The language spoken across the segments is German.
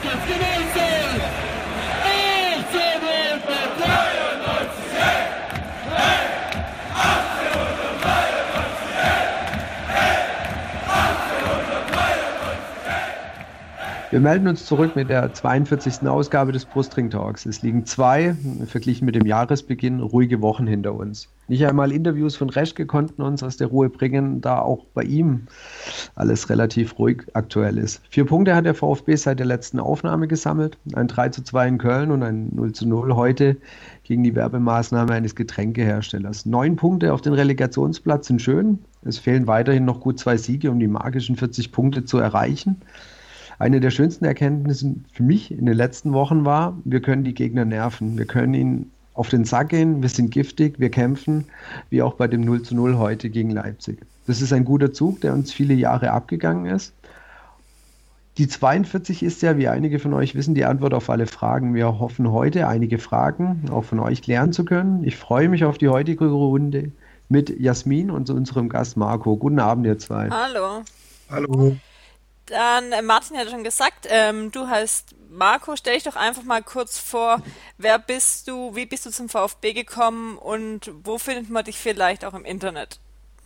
Wir melden uns zurück mit der 42. Ausgabe des Brustring Talks. Es liegen zwei, verglichen mit dem Jahresbeginn, ruhige Wochen hinter uns. Nicht einmal Interviews von Reschke konnten uns aus der Ruhe bringen, da auch bei ihm alles relativ ruhig aktuell ist. 4 Punkte hat der VfB seit der letzten Aufnahme gesammelt. Ein 3:2 in Köln und ein 0:0 heute gegen die Werbemaßnahme eines Getränkeherstellers. 9 Punkte auf den Relegationsplatz sind schön. Es fehlen weiterhin noch gut 2 Siege, um die magischen 40 Punkte zu erreichen. Eine der schönsten Erkenntnisse für mich in den letzten Wochen war, wir können die Gegner nerven. Wir können ihnen auf den Sack gehen, wir sind giftig, wir kämpfen, wie auch bei dem 0:0 heute gegen Leipzig. Das ist ein guter Zug, der uns viele Jahre abgegangen ist. Die 42 ist ja, wie einige von euch wissen, die Antwort auf alle Fragen. Wir hoffen heute, einige Fragen auch von euch klären zu können. Ich freue mich auf die heutige Runde mit Jasmin und unserem Gast Marco. Guten Abend, ihr zwei. Hallo. Hallo. Dann, Martin hat schon gesagt, du heißt Marco. Stell dich doch einfach mal kurz vor, wer bist du, wie bist du zum VfB gekommen und wo findet man dich vielleicht auch im Internet?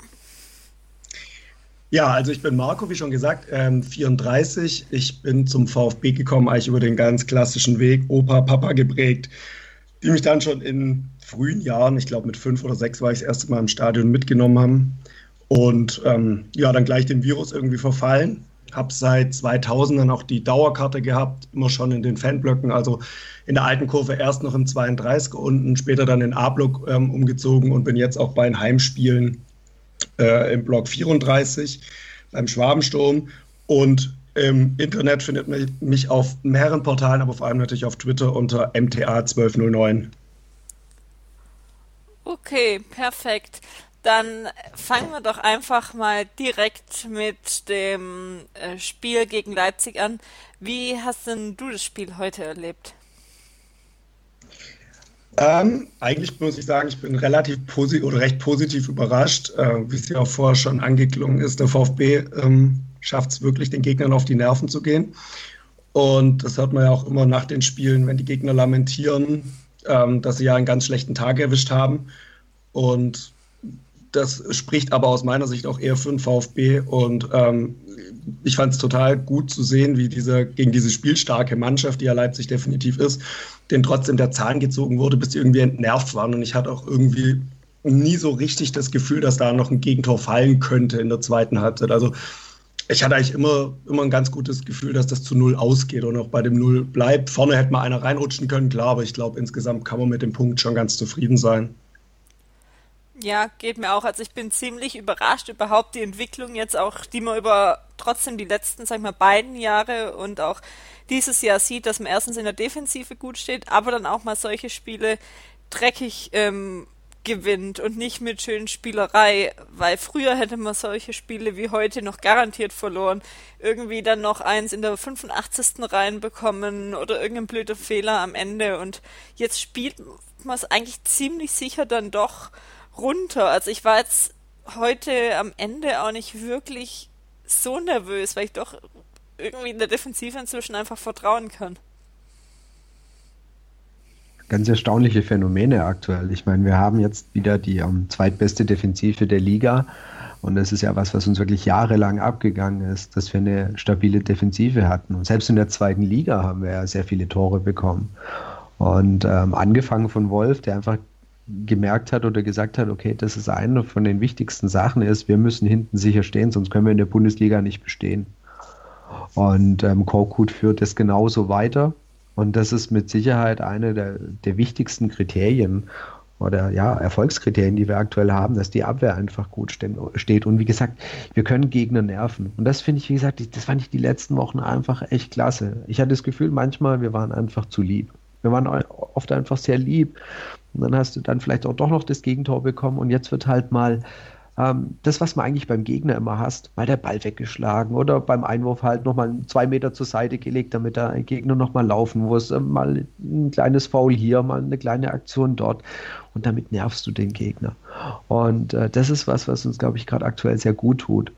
Ja, also ich bin Marco, wie schon gesagt, 34. Ich bin zum VfB gekommen, eigentlich über den ganz klassischen Weg, Opa, Papa geprägt, die mich dann schon in frühen Jahren, ich glaube mit 5 oder 6 war ich das erste Mal im Stadion mitgenommen haben und ja, dann gleich dem Virus irgendwie verfallen. Habe seit 2000 dann auch die Dauerkarte gehabt, immer schon in den Fanblöcken, also in der alten Kurve erst noch im 32er unten, später dann in A-Block umgezogen und bin jetzt auch bei den Heimspielen im Block 34 beim Schwabensturm. Und im Internet findet mich auf mehreren Portalen, aber vor allem natürlich auf Twitter unter MTA1209. Okay, perfekt. Dann fangen wir doch einfach mal direkt mit dem Spiel gegen Leipzig an. Wie hast denn du das Spiel heute erlebt? Eigentlich muss ich sagen, ich bin relativ recht positiv überrascht, wie es ja auch vorher schon angeklungen ist. Der VfB schafft es wirklich, den Gegnern auf die Nerven zu gehen. Und das hört man ja auch immer nach den Spielen, wenn die Gegner lamentieren, dass sie ja einen ganz schlechten Tag erwischt haben. Und das spricht aber aus meiner Sicht auch eher für den VfB und ich fand es total gut zu sehen, wie gegen diese spielstarke Mannschaft, die ja Leipzig definitiv ist, denen trotzdem der Zahn gezogen wurde, bis die irgendwie entnervt waren und ich hatte auch irgendwie nie so richtig das Gefühl, dass da noch ein Gegentor fallen könnte in der zweiten Halbzeit. Also ich hatte eigentlich immer ein ganz gutes Gefühl, dass das zu 0 ausgeht und auch bei dem 0 bleibt. Vorne hätte mal einer reinrutschen können, klar, aber ich glaube, insgesamt kann man mit dem Punkt schon ganz zufrieden sein. Ja, geht mir auch. Also ich bin ziemlich überrascht überhaupt die Entwicklung jetzt auch, die man über trotzdem die letzten, sag ich mal, beiden Jahre und auch dieses Jahr sieht, dass man erstens in der Defensive gut steht, aber dann auch mal solche Spiele dreckig gewinnt und nicht mit schönen Spielerei, weil früher hätte man solche Spiele wie heute noch garantiert verloren. Irgendwie dann noch eins in der 85. reinbekommen oder irgendein blöder Fehler am Ende und jetzt spielt man es eigentlich ziemlich sicher dann doch runter. Also ich war jetzt heute am Ende auch nicht wirklich so nervös, weil ich doch irgendwie in der Defensive inzwischen einfach vertrauen kann. Ganz erstaunliche Phänomene aktuell. Ich meine, wir haben jetzt wieder die zweitbeste Defensive der Liga und das ist ja was uns wirklich jahrelang abgegangen ist, dass wir eine stabile Defensive hatten. Und selbst in der zweiten Liga haben wir ja sehr viele Tore bekommen. Und angefangen von Wolf, der einfach gemerkt hat oder gesagt hat, okay, das ist eine von den wichtigsten Sachen ist, wir müssen hinten sicher stehen, sonst können wir in der Bundesliga nicht bestehen. Und Korkut führt das genauso weiter und das ist mit Sicherheit eine der wichtigsten Kriterien oder ja, Erfolgskriterien, die wir aktuell haben, dass die Abwehr einfach gut steht und wie gesagt, wir können Gegner nerven und das finde ich, wie gesagt, das fand ich die letzten Wochen einfach echt klasse. Ich hatte das Gefühl, manchmal, wir waren einfach zu lieb. Wir waren oft einfach sehr lieb. Und dann hast du dann vielleicht auch doch noch das Gegentor bekommen und jetzt wird halt mal das, was man eigentlich beim Gegner immer hast, mal der Ball weggeschlagen oder beim Einwurf halt nochmal 2 Meter zur Seite gelegt, damit der Gegner nochmal laufen muss. Mal ein kleines Foul hier, mal eine kleine Aktion dort und damit nervst du den Gegner. Und das ist was uns, glaube ich, gerade aktuell sehr gut tut.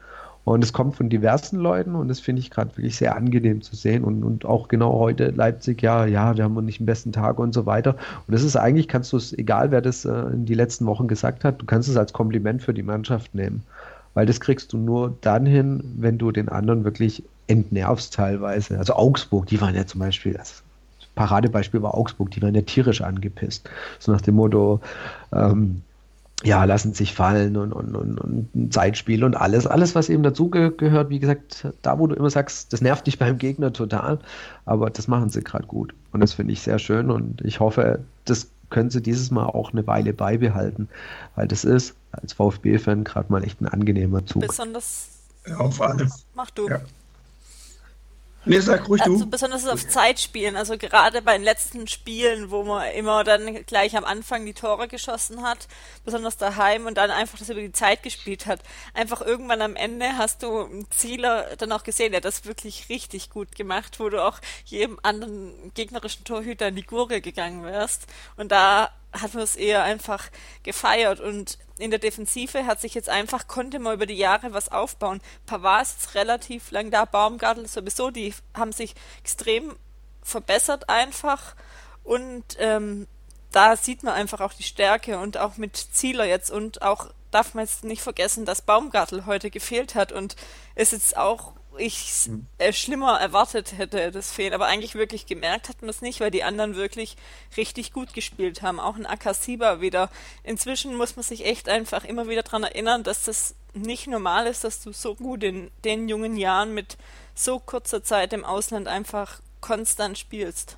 Und es kommt von diversen Leuten und das finde ich gerade wirklich sehr angenehm zu sehen. Und auch genau heute Leipzig, ja, wir haben nicht den besten Tag und so weiter. Und das ist eigentlich, kannst du es, egal wer das in die letzten Wochen gesagt hat, du kannst es als Kompliment für die Mannschaft nehmen. Weil das kriegst du nur dann hin, wenn du den anderen wirklich entnervst teilweise. Also Augsburg, die waren ja zum Beispiel, das Paradebeispiel war Augsburg, die waren ja tierisch angepisst. So nach dem Motto, lassen sich fallen und ein Zeitspiel und alles, was eben dazu gehört. Wie gesagt, da wo du immer sagst, das nervt dich beim Gegner total, aber das machen sie gerade gut. Und das finde ich sehr schön und ich hoffe, das können sie dieses Mal auch eine Weile beibehalten, weil das ist als VfB-Fan gerade mal echt ein angenehmer Zug. Besonders auf alles. Mach du. Ja. Nee, sag ruhig du. Besonders auf Zeit spielen, also gerade bei den letzten Spielen, wo man immer dann gleich am Anfang die Tore geschossen hat, besonders daheim und dann einfach das über die Zeit gespielt hat. Einfach irgendwann am Ende hast du einen Zieler dann auch gesehen, der das wirklich richtig gut gemacht, wo du auch jedem anderen gegnerischen Torhüter in die Gurgel gegangen wärst. Und da hat man es eher einfach gefeiert und in der Defensive konnte man über die Jahre was aufbauen. Pavard ist jetzt relativ lang da, Baumgartel sowieso, die haben sich extrem verbessert einfach und da sieht man einfach auch die Stärke und auch mit Zieler jetzt und auch darf man jetzt nicht vergessen, dass Baumgartel heute gefehlt hat und es jetzt auch schlimmer erwartet hätte, das Fehlen. Aber eigentlich wirklich gemerkt hat man es nicht, weil die anderen wirklich richtig gut gespielt haben. Auch ein Akasiba wieder. Inzwischen muss man sich echt einfach immer wieder daran erinnern, dass das nicht normal ist, dass du so gut in den jungen Jahren mit so kurzer Zeit im Ausland einfach konstant spielst.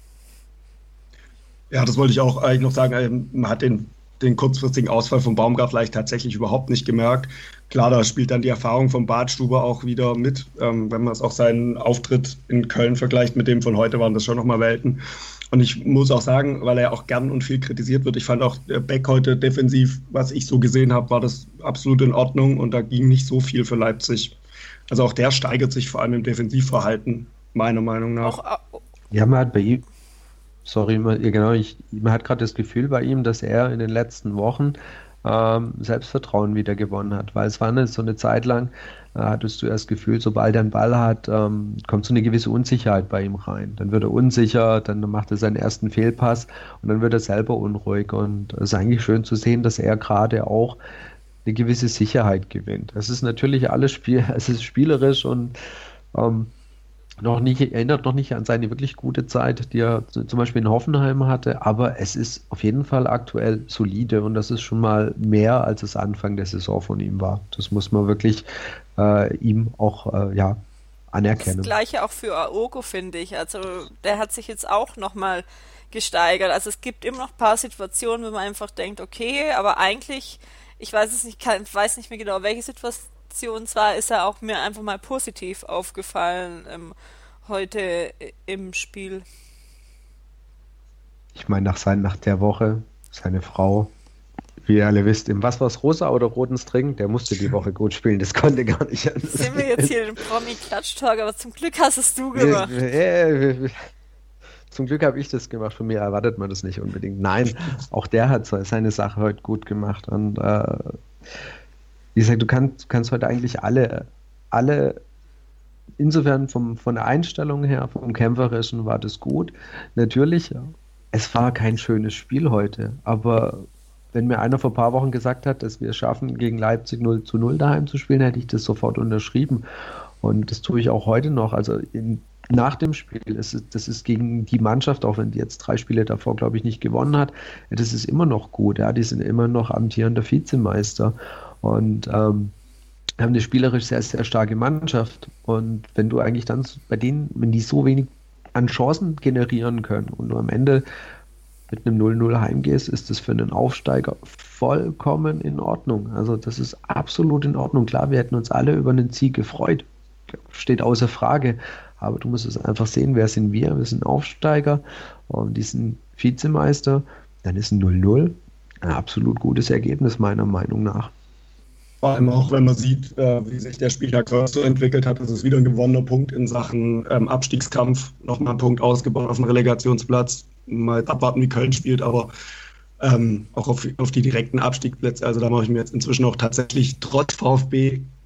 Ja, das wollte ich auch eigentlich noch sagen. Man hat den kurzfristigen Ausfall von Baumgart vielleicht tatsächlich überhaupt nicht gemerkt. Klar, da spielt dann die Erfahrung von Badstuber auch wieder mit. Wenn man es auch seinen Auftritt in Köln vergleicht mit dem von heute, waren das schon nochmal Welten. Und ich muss auch sagen, weil er ja auch gern und viel kritisiert wird, ich fand auch Beck heute defensiv, was ich so gesehen habe, war das absolut in Ordnung und da ging nicht so viel für Leipzig. Also auch der steigert sich vor allem im Defensivverhalten, meiner Meinung nach. Ja, man hat bei ihm man hat gerade das Gefühl bei ihm, dass er in den letzten Wochen Selbstvertrauen wieder gewonnen hat, weil es war so eine Zeit lang, hattest du erst das Gefühl, sobald er einen Ball hat, kommt so eine gewisse Unsicherheit bei ihm rein. Dann wird er unsicher, dann macht er seinen ersten Fehlpass und dann wird er selber unruhig und es ist eigentlich schön zu sehen, dass er gerade auch eine gewisse Sicherheit gewinnt. Es ist natürlich es ist spielerisch und erinnert noch nicht an seine wirklich gute Zeit, die er zum Beispiel in Hoffenheim hatte, aber es ist auf jeden Fall aktuell solide und das ist schon mal mehr, als es Anfang der Saison von ihm war. Das muss man wirklich ihm auch anerkennen. Das Gleiche auch für Aogo, finde ich. Also der hat sich jetzt auch nochmal gesteigert. Also es gibt immer noch ein paar Situationen, wo man einfach denkt, okay, aber eigentlich, ich weiß es nicht, weiß nicht mehr genau, welche Situation. Zwar ist er auch mir einfach mal positiv aufgefallen heute im Spiel. Ich meine, nach der Woche, seine Frau, wie ihr alle wisst, im was war's, rosa oder roten String, der musste die Woche gut spielen, das konnte gar nicht anders. Sind wir jetzt hier im Promi-Klatsch-Talk, aber zum Glück hast es du gemacht. Zum Glück habe ich das gemacht, von mir erwartet man das nicht unbedingt. Nein, auch der hat seine Sache heute gut gemacht und wie gesagt, du kannst heute eigentlich alle insofern von der Einstellung her, vom Kämpferischen war das gut. Natürlich, es war kein schönes Spiel heute, aber wenn mir einer vor ein paar Wochen gesagt hat, dass wir es schaffen, gegen Leipzig 0:0 daheim zu spielen, hätte ich das sofort unterschrieben. Und das tue ich auch heute noch. Also nach dem Spiel, das ist gegen die Mannschaft, auch wenn die jetzt 3 Spiele davor, glaube ich, nicht gewonnen hat, das ist immer noch gut. Ja, die sind immer noch amtierender Vizemeister. Und haben eine spielerisch sehr, sehr starke Mannschaft. Und wenn du eigentlich dann bei denen, wenn die so wenig an Chancen generieren können und du am Ende mit einem 0:0 heimgehst, ist das für einen Aufsteiger vollkommen in Ordnung. Also das ist absolut in Ordnung. Klar, wir hätten uns alle über einen Sieg gefreut. Steht außer Frage. Aber du musst es einfach sehen, wer sind wir? Wir sind Aufsteiger und die sind Vizemeister. Dann ist ein 0:0 ein absolut gutes Ergebnis, meiner Meinung nach. Vor allem auch, wenn man sieht, wie sich der Spieltag so entwickelt hat, ist es wieder ein gewonnener Punkt in Sachen Abstiegskampf. Nochmal ein Punkt ausgebaut auf dem Relegationsplatz. Mal abwarten, wie Köln spielt, aber auch auf die direkten Abstiegsplätze. Also da mache ich mir jetzt inzwischen auch tatsächlich trotz VfB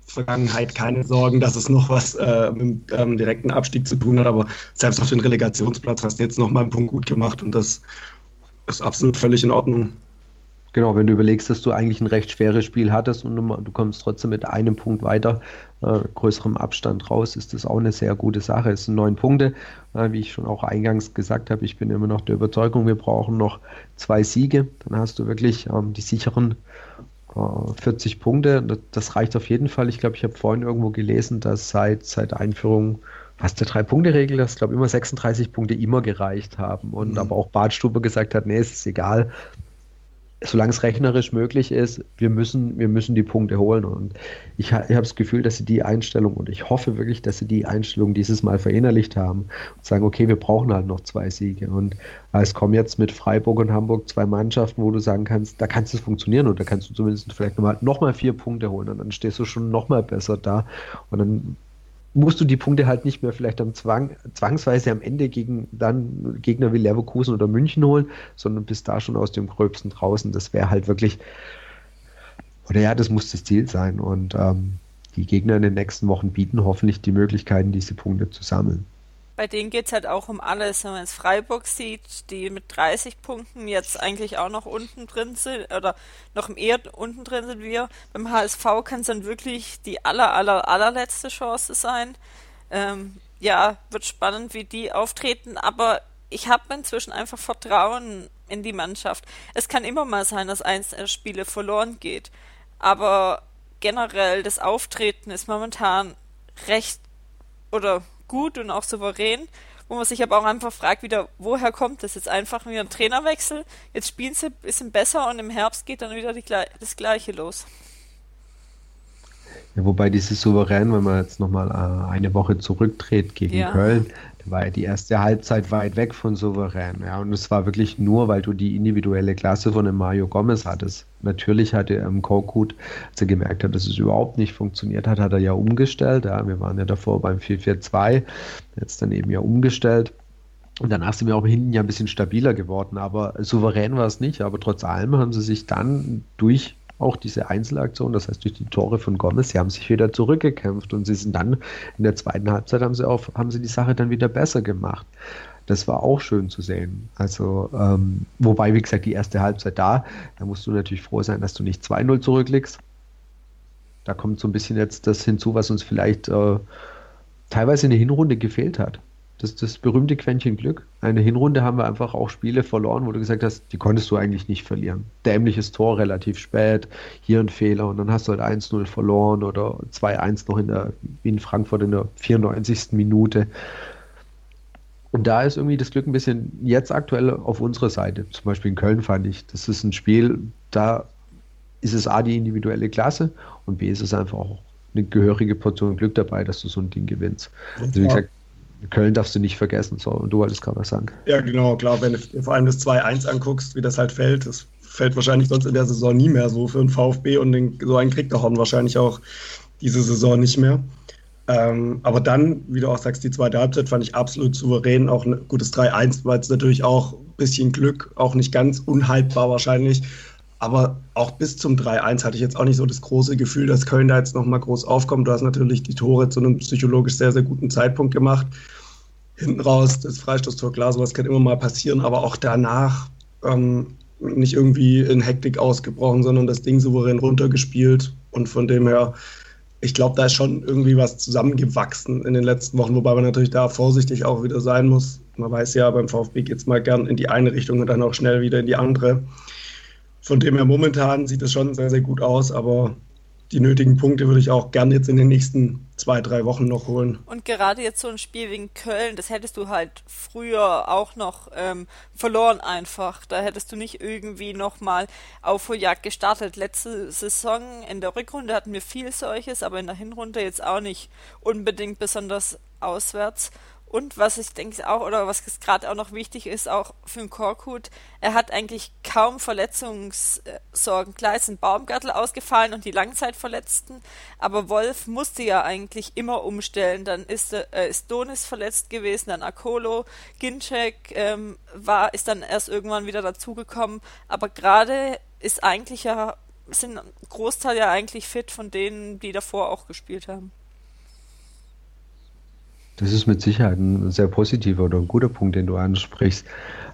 Vergangenheit keine Sorgen, dass es noch was mit dem direkten Abstieg zu tun hat, aber selbst auf den Relegationsplatz hast du jetzt noch mal einen Punkt gut gemacht und das ist absolut völlig in Ordnung. Genau, wenn du überlegst, dass du eigentlich ein recht schweres Spiel hattest und du kommst trotzdem mit einem Punkt weiter, größerem Abstand raus, ist das auch eine sehr gute Sache. Es sind 9 Punkte, wie ich schon auch eingangs gesagt habe. Ich bin immer noch der Überzeugung, wir brauchen noch 2 Siege. Dann hast du wirklich die sicheren 40 Punkte. Das reicht auf jeden Fall. Ich glaube, ich habe vorhin irgendwo gelesen, dass seit Einführung fast der 3-Punkte-Regel, dass, glaube ich, immer 36 Punkte immer gereicht haben. Und aber auch Bartstube gesagt hat, nee, es ist egal, solange es rechnerisch möglich ist, wir müssen die Punkte holen. Und ich habe das Gefühl, dass sie die Einstellung, und ich hoffe wirklich, dass sie die Einstellung dieses Mal verinnerlicht haben und sagen, okay, wir brauchen halt noch 2 Siege. Und es kommen jetzt mit Freiburg und Hamburg 2 Mannschaften, wo du sagen kannst, da kannst es funktionieren und da kannst du zumindest vielleicht noch mal 4 Punkte holen und dann stehst du schon noch mal besser da. Und dann musst du die Punkte halt nicht mehr vielleicht zwangsweise am Ende gegen dann Gegner wie Leverkusen oder München holen, sondern bist da schon aus dem Gröbsten draußen. Das wäre halt wirklich, oder ja, das muss das Ziel sein. Und die Gegner in den nächsten Wochen bieten hoffentlich die Möglichkeiten, diese Punkte zu sammeln. Bei denen geht es halt auch um alles. Wenn man jetzt Freiburg sieht, die mit 30 Punkten jetzt eigentlich auch noch unten drin sind oder noch eher unten drin sind wir. Beim HSV kann es dann wirklich die allerletzte Chance sein. Ja, wird spannend, wie die auftreten, aber ich habe inzwischen einfach Vertrauen in die Mannschaft. Es kann immer mal sein, dass eins der Spiele verloren geht, aber generell das Auftreten ist momentan recht oder gut und auch souverän, wo man sich aber auch einfach fragt, wieder, woher kommt das jetzt? Einfach wieder ein Trainerwechsel, jetzt spielen sie ein bisschen besser und im Herbst geht dann wieder das Gleiche los. Ja, wobei dieses Souverän, wenn man jetzt nochmal eine Woche zurückdreht gegen Köln, da war ja die erste Halbzeit weit weg von souverän. Ja, und es war wirklich nur, weil du die individuelle Klasse von dem Mario Gomez hattest. Natürlich hatte Korkut, als er gemerkt hat, dass es überhaupt nicht funktioniert hat, hat er ja umgestellt. Ja, wir waren ja davor beim 4-4-2, jetzt dann eben ja umgestellt. Und danach sind wir auch hinten ja ein bisschen stabiler geworden, aber souverän war es nicht. Aber trotz allem haben sie sich dann durch auch diese Einzelaktion, das heißt durch die Tore von Gomez, sie haben sich wieder zurückgekämpft und sie sind dann in der zweiten Halbzeit haben sie die Sache dann wieder besser gemacht. Das war auch schön zu sehen. Also, wobei, wie gesagt, die erste Halbzeit da musst du natürlich froh sein, dass du nicht 2-0 zurückliegst. Da kommt so ein bisschen jetzt das hinzu, was uns vielleicht teilweise in der Hinrunde gefehlt hat. Das berühmte Quäntchen Glück. Eine Hinrunde haben wir einfach auch Spiele verloren, wo du gesagt hast, die konntest du eigentlich nicht verlieren. Dämliches Tor relativ spät, hier ein Fehler und dann hast du halt 1-0 verloren oder 2-1 noch wie in Frankfurt in der 94. Minute. Und da ist irgendwie das Glück ein bisschen jetzt aktuell auf unserer Seite. Zum Beispiel in Köln fand ich, das ist ein Spiel, da ist es A, die individuelle Klasse und B, ist es einfach auch eine gehörige Portion Glück dabei, dass du so ein Ding gewinnst. Also wie gesagt, Köln darfst du nicht vergessen, so, und du wolltest gerade was sagen. Ja, genau, klar, wenn du vor allem das 2-1 anguckst, wie das halt fällt, das fällt wahrscheinlich sonst in der Saison nie mehr so für den VfB und so einen kriegt der Horn wahrscheinlich auch diese Saison nicht mehr. Aber dann, wie du auch sagst, die zweite Halbzeit fand ich absolut souverän, auch ein gutes 3-1, weil es natürlich auch ein bisschen Glück, auch nicht ganz unhaltbar wahrscheinlich, aber auch bis zum 3-1 hatte ich jetzt auch nicht so das große Gefühl, dass Köln da jetzt nochmal groß aufkommt. Du hast natürlich die Tore zu einem psychologisch sehr, sehr guten Zeitpunkt gemacht. Hinten raus, das Freistoßtor, klar, sowas kann immer mal passieren, aber auch danach nicht irgendwie in Hektik ausgebrochen, sondern das Ding souverän runtergespielt. Und von dem her, ich glaube, da ist schon irgendwie was zusammengewachsen in den letzten Wochen, wobei man natürlich da vorsichtig auch wieder sein muss. Man weiß ja, beim VfB geht es mal gern in die eine Richtung und dann auch schnell wieder in die andere. Von dem her momentan sieht es schon sehr, sehr gut aus, aber die nötigen Punkte würde ich auch gerne jetzt in den nächsten 2-3 Wochen noch holen. Und gerade jetzt so ein Spiel wegen Köln, das hättest du halt früher auch noch verloren einfach. Da hättest du nicht irgendwie nochmal Aufholjagd gestartet. Letzte Saison in der Rückrunde hatten wir viel solches, aber in der Hinrunde jetzt auch nicht unbedingt besonders auswärts. Und was ich denke auch, oder was gerade auch noch wichtig ist, auch für den Korkut, er hat eigentlich kaum Verletzungssorgen. Klar ist ein Baumgartel ausgefallen und die Langzeitverletzten, aber Wolf musste ja eigentlich immer umstellen. Dann ist Donis verletzt gewesen, dann Akolo, Ginczek ist dann erst irgendwann wieder dazugekommen. Aber gerade ist eigentlich ja sind ein Großteil ja eigentlich fit von denen, die davor auch gespielt haben. Das ist mit Sicherheit ein sehr positiver oder ein guter Punkt, den du ansprichst.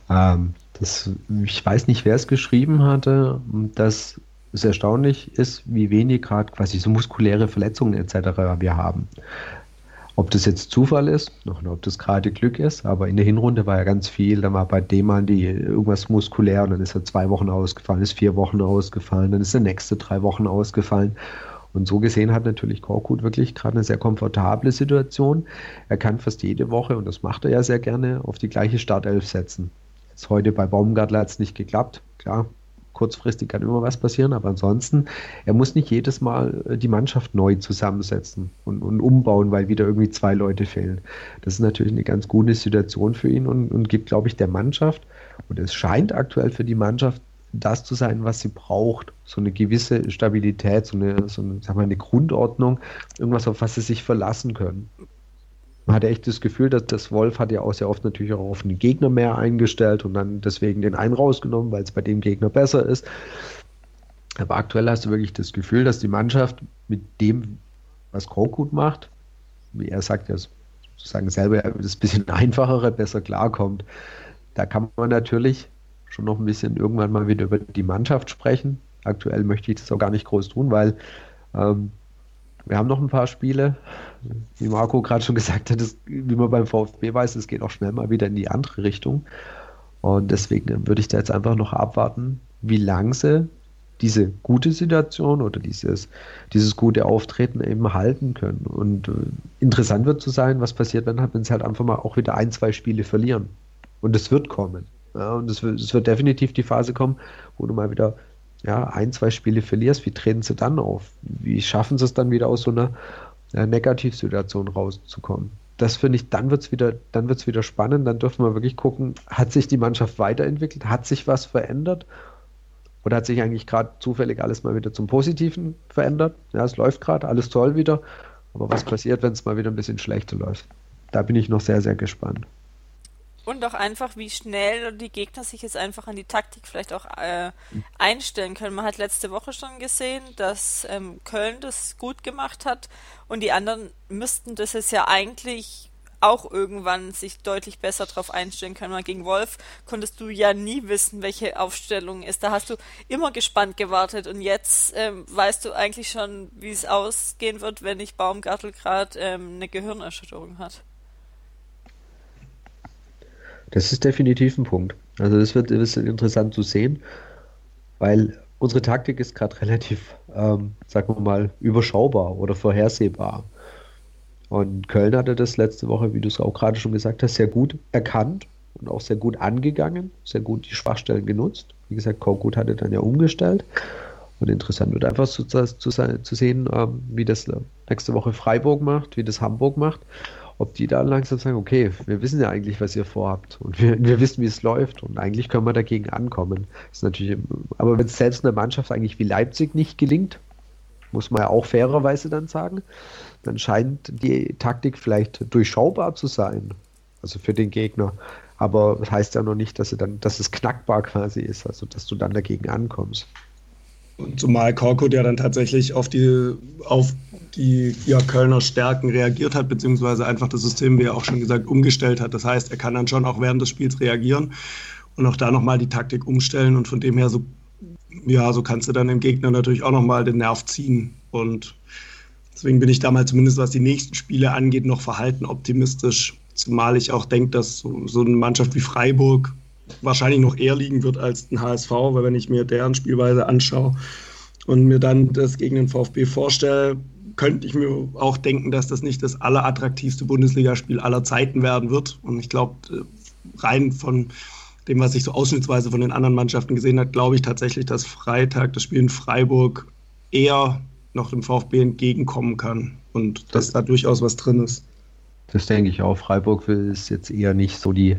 Ich weiß nicht, wer es geschrieben hatte, dass es erstaunlich ist, wie wenig gerade quasi so muskuläre Verletzungen etc. wir haben. Ob das jetzt Zufall ist, oder ob das gerade Glück ist, aber in der Hinrunde war ja ganz viel. Dann war bei dem mal irgendwas muskulär und dann ist er 2 Wochen ausgefallen, ist 4 Wochen ausgefallen, dann ist der nächste 3 Wochen ausgefallen. Und so gesehen hat natürlich Korkut wirklich gerade eine sehr komfortable Situation. Er kann fast jede Woche, und das macht er ja sehr gerne, auf die gleiche Startelf setzen. Jetzt heute bei Baumgartler hat es nicht geklappt. Klar, kurzfristig kann immer was passieren, aber ansonsten, er muss nicht jedes Mal die Mannschaft neu zusammensetzen und umbauen, weil wieder irgendwie 2 Leute fehlen. Das ist natürlich eine ganz gute Situation für ihn und gibt, glaube ich, der Mannschaft, und es scheint aktuell für die Mannschaft das zu sein, was sie braucht. So eine gewisse Stabilität, sagen wir, eine Grundordnung, irgendwas, auf was sie sich verlassen können. Man hatte echt das Gefühl, dass das Wolf hat ja auch sehr oft natürlich auch auf den Gegner mehr eingestellt und dann deswegen den einen rausgenommen, weil es bei dem Gegner besser ist. Aber aktuell hast du wirklich das Gefühl, dass die Mannschaft mit dem, was Korkut macht, wie er sagt, ja sozusagen selber das bisschen einfachere, besser klarkommt. Da kann man natürlich schon noch ein bisschen irgendwann mal wieder über die Mannschaft sprechen. Aktuell möchte ich das auch gar nicht groß tun, weil wir haben noch ein paar Spiele, wie Marco gerade schon gesagt hat, wie man beim VfB weiß, es geht auch schnell mal wieder in die andere Richtung. Und deswegen würde ich da jetzt einfach noch abwarten, wie lang sie diese gute Situation oder dieses gute Auftreten eben halten können. Und interessant wird zu sein, was passiert, wenn sie halt einfach mal auch wieder 1, 2 Spiele verlieren. Und es wird kommen. Ja, und es wird definitiv die Phase kommen, wo du mal wieder 1, 2 Spiele verlierst. Wie treten sie dann auf? Wie schaffen sie es dann wieder aus so einer Negativsituation rauszukommen? Das finde ich, dann wird's wieder spannend. Dann dürfen wir wirklich gucken, hat sich die Mannschaft weiterentwickelt? Hat sich was verändert? Oder hat sich eigentlich gerade zufällig alles mal wieder zum Positiven verändert? Ja, es läuft gerade, alles toll wieder. Aber was passiert, wenn es mal wieder ein bisschen schlechter läuft? Da bin ich noch sehr, sehr gespannt. Und auch einfach, wie schnell die Gegner sich jetzt einfach an die Taktik vielleicht auch einstellen können. Man hat letzte Woche schon gesehen, dass Köln das gut gemacht hat und die anderen müssten das jetzt ja eigentlich auch irgendwann sich deutlich besser drauf einstellen können. Weil gegen Wolf konntest du ja nie wissen, welche Aufstellung ist. Da hast du immer gespannt gewartet und jetzt weißt du eigentlich schon, wie es ausgehen wird, wenn nicht Baumgartel gerade eine Gehirnerschütterung hat. Das ist definitiv ein Punkt. Also das wird interessant zu sehen, weil unsere Taktik ist gerade relativ, sagen wir mal, überschaubar oder vorhersehbar. Und Köln hatte das letzte Woche, wie du es auch gerade schon gesagt hast, sehr gut erkannt und auch sehr gut angegangen, sehr gut die Schwachstellen genutzt. Wie gesagt, Korkut hatte dann ja umgestellt. Und interessant wird einfach zu sehen, wie das nächste Woche Freiburg macht, wie das Hamburg macht. Ob die da langsam sagen, okay, wir wissen ja eigentlich, was ihr vorhabt und wir wissen, wie es läuft und eigentlich können wir dagegen ankommen. Das ist natürlich, aber wenn es selbst einer Mannschaft eigentlich wie Leipzig nicht gelingt, muss man ja auch fairerweise dann sagen, dann scheint die Taktik vielleicht durchschaubar zu sein, also für den Gegner. Aber das heißt ja noch nicht, dass es knackbar quasi ist, also dass du dann dagegen ankommst. Und zumal Korkut ja dann tatsächlich auf die Kölner Stärken reagiert hat, beziehungsweise einfach das System, wie er auch schon gesagt, umgestellt hat. Das heißt, er kann dann schon auch während des Spiels reagieren und auch da nochmal die Taktik umstellen und von dem her so kannst du dann dem Gegner natürlich auch nochmal den Nerv ziehen. Und deswegen bin ich da mal zumindest, was die nächsten Spiele angeht, noch verhalten optimistisch. Zumal ich auch denke, dass so eine Mannschaft wie Freiburg wahrscheinlich noch eher liegen wird als ein HSV, weil wenn ich mir deren Spielweise anschaue und mir dann das gegen den VfB vorstelle, könnte ich mir auch denken, dass das nicht das allerattraktivste Bundesligaspiel aller Zeiten werden wird. Und ich glaube, rein von dem, was ich so ausschnittsweise von den anderen Mannschaften gesehen habe, glaube ich tatsächlich, dass Freitag das Spiel in Freiburg eher noch dem VfB entgegenkommen kann und dass da durchaus was drin ist. Das denke ich auch. Freiburg ist jetzt eher nicht so die,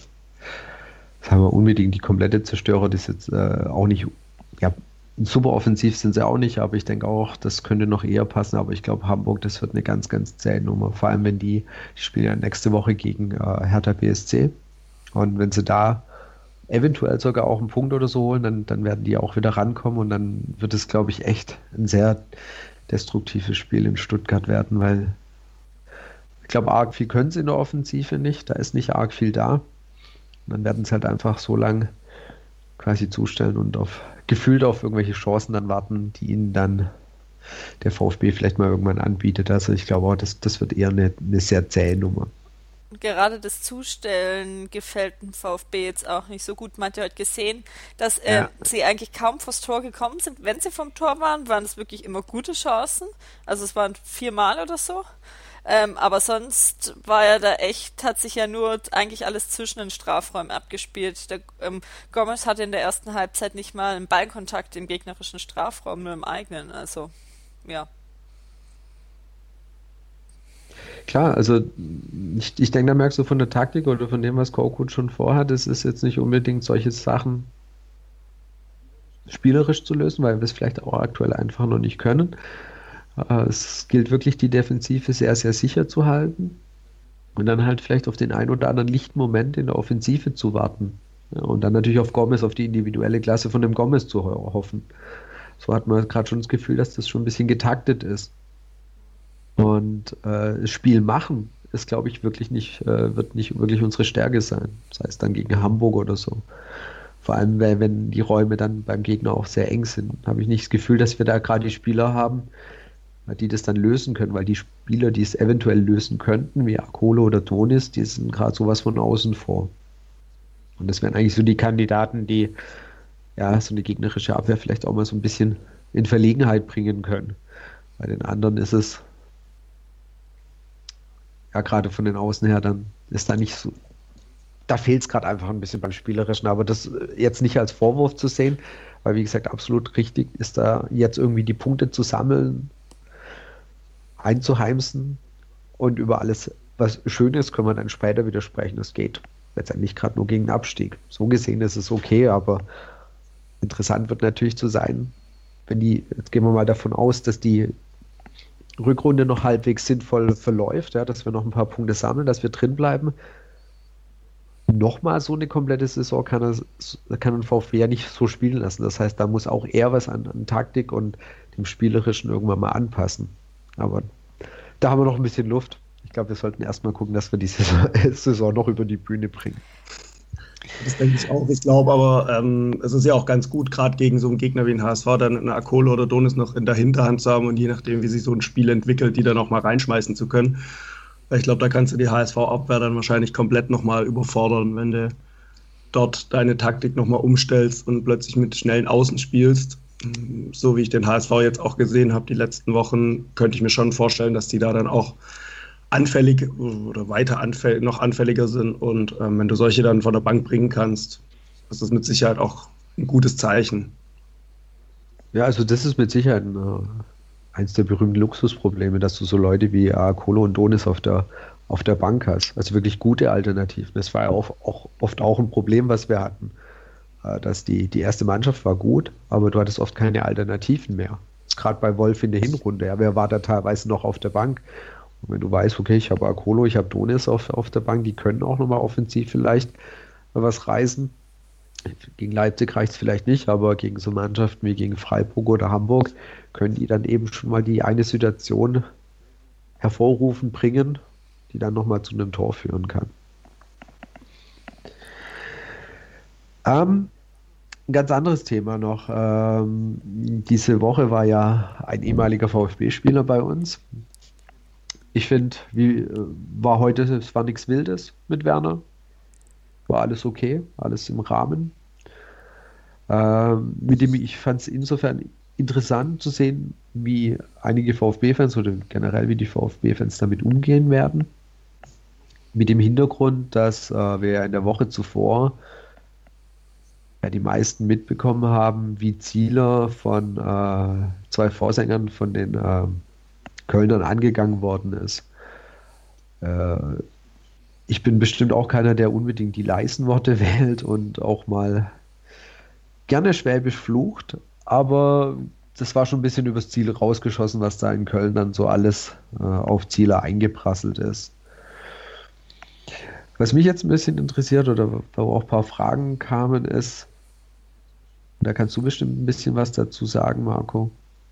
sagen wir, unbedingt die komplette Zerstörer. Das ist jetzt auch nicht, super offensiv sind sie auch nicht, aber ich denke auch, das könnte noch eher passen. Aber ich glaube, Hamburg, das wird eine ganz, ganz zähe Nummer. Vor allem, wenn die spielen ja nächste Woche gegen Hertha BSC. Und wenn sie da eventuell sogar auch einen Punkt oder so holen, dann werden die auch wieder rankommen und dann wird es, glaube ich, echt ein sehr destruktives Spiel in Stuttgart werden, weil ich glaube, arg viel können sie in der Offensive nicht, da ist nicht arg viel da. Und dann werden sie halt einfach so lang quasi zustellen und gefühlt auf irgendwelche Chancen dann warten, die ihnen dann der VfB vielleicht mal irgendwann anbietet. Also ich glaube auch, das wird eher eine sehr zähe Nummer. Gerade das Zustellen gefällt dem VfB jetzt auch nicht so gut. Man hat ja heute gesehen, dass Ja. sie eigentlich kaum vors Tor gekommen sind. Wenn sie vom Tor waren es wirklich immer gute Chancen. Also es waren 4-mal oder so. Aber sonst war ja da echt, hat sich ja nur eigentlich alles zwischen den Strafräumen abgespielt. Der Gomez hatte in der ersten Halbzeit nicht mal einen Ballkontakt im gegnerischen Strafraum, nur im eigenen. Also, ja. Klar, also ich denke, da merkst du von der Taktik oder von dem, was Korkut schon vorhat, es ist jetzt nicht unbedingt solche Sachen spielerisch zu lösen, weil wir es vielleicht auch aktuell einfach noch nicht können. Es gilt wirklich, die Defensive sehr, sehr sicher zu halten und dann halt vielleicht auf den einen oder anderen lichten Moment in der Offensive zu warten. Ja, und dann natürlich auf Gomez, auf die individuelle Klasse von dem Gomez zu hoffen. So hat man gerade schon das Gefühl, dass das schon ein bisschen getaktet ist. Und das Spiel machen ist, glaube ich, wirklich nicht, wird nicht wirklich unsere Stärke sein. Das heißt dann gegen Hamburg oder so. Vor allem, wenn die Räume dann beim Gegner auch sehr eng sind, habe ich nicht das Gefühl, dass wir da gerade die Spieler haben, die das dann lösen können, weil die Spieler, die es eventuell lösen könnten, wie Akolo oder Tonis, die sind gerade sowas von außen vor. Und das wären eigentlich so die Kandidaten, die ja so eine gegnerische Abwehr vielleicht auch mal so ein bisschen in Verlegenheit bringen können. Bei den anderen ist es ja gerade von den Außen her, dann ist da nicht so, da fehlt es gerade einfach ein bisschen beim Spielerischen, aber das jetzt nicht als Vorwurf zu sehen, weil wie gesagt, absolut richtig ist da jetzt irgendwie die Punkte zu sammeln, einzuheimsen und über alles, was schön ist, können wir dann später wieder sprechen. Das geht letztendlich gerade nur gegen den Abstieg. So gesehen ist es okay, aber interessant wird natürlich zu sein, jetzt gehen wir mal davon aus, dass die Rückrunde noch halbwegs sinnvoll verläuft, ja, dass wir noch ein paar Punkte sammeln, dass wir drin bleiben. Nochmal so eine komplette Saison kann ein VfB ja nicht so spielen lassen. Das heißt, da muss auch er was an Taktik und dem Spielerischen irgendwann mal anpassen. Aber da haben wir noch ein bisschen Luft. Ich glaube, wir sollten erstmal gucken, dass wir die Saison noch über die Bühne bringen. Das denke ich auch. Ich glaube aber, es ist ja auch ganz gut, gerade gegen so einen Gegner wie den HSV, dann eine Akolo oder Donis noch in der Hinterhand zu haben und je nachdem, wie sich so ein Spiel entwickelt, die dann auch mal reinschmeißen zu können. Weil ich glaube, da kannst du die HSV-Abwehr dann wahrscheinlich komplett nochmal überfordern, wenn du dort deine Taktik nochmal umstellst und plötzlich mit schnellen Außen spielst. So wie ich den HSV jetzt auch gesehen habe, die letzten Wochen, könnte ich mir schon vorstellen, dass die da dann auch anfällig oder noch anfälliger sind. Und wenn du solche dann von der Bank bringen kannst, ist das mit Sicherheit auch ein gutes Zeichen. Ja, also das ist mit Sicherheit eins der berühmten Luxusprobleme, dass du so Leute wie Kolo und Donis auf der Bank hast. Also wirklich gute Alternativen. Das war ja auch oft auch ein Problem, was wir hatten. Dass die erste Mannschaft war gut, aber du hattest oft keine Alternativen mehr. Gerade bei Wolf in der Hinrunde. Ja, wer war da teilweise noch auf der Bank? Und wenn du weißt, okay, ich habe Akolo, ich habe Donis auf der Bank, die können auch nochmal offensiv vielleicht was reißen. Gegen Leipzig reicht es vielleicht nicht, aber gegen so Mannschaften wie gegen Freiburg oder Hamburg können die dann eben schon mal die eine Situation hervorrufen, bringen, die dann nochmal zu einem Tor führen kann. Ein ganz anderes Thema noch. Diese Woche war ja ein ehemaliger VfB-Spieler bei uns. Ich finde, war heute, es war nichts Wildes mit Werner. War alles okay, alles im Rahmen. Mit dem ich fand es insofern interessant zu sehen, wie einige VfB-Fans oder generell wie die VfB-Fans damit umgehen werden. Mit dem Hintergrund, dass wir ja in der Woche zuvor ja die meisten mitbekommen haben, wie Zieler von zwei Vorsängern von den Kölnern angegangen worden ist. Ich bin bestimmt auch keiner, der unbedingt die leisen Worte wählt und auch mal gerne schwäbisch flucht, aber das war schon ein bisschen übers Ziel rausgeschossen, was da in Köln dann so alles auf Zieler eingeprasselt ist. Was mich jetzt ein bisschen interessiert oder wo auch ein paar Fragen kamen, ist, da kannst du bestimmt ein bisschen was dazu sagen, Marco.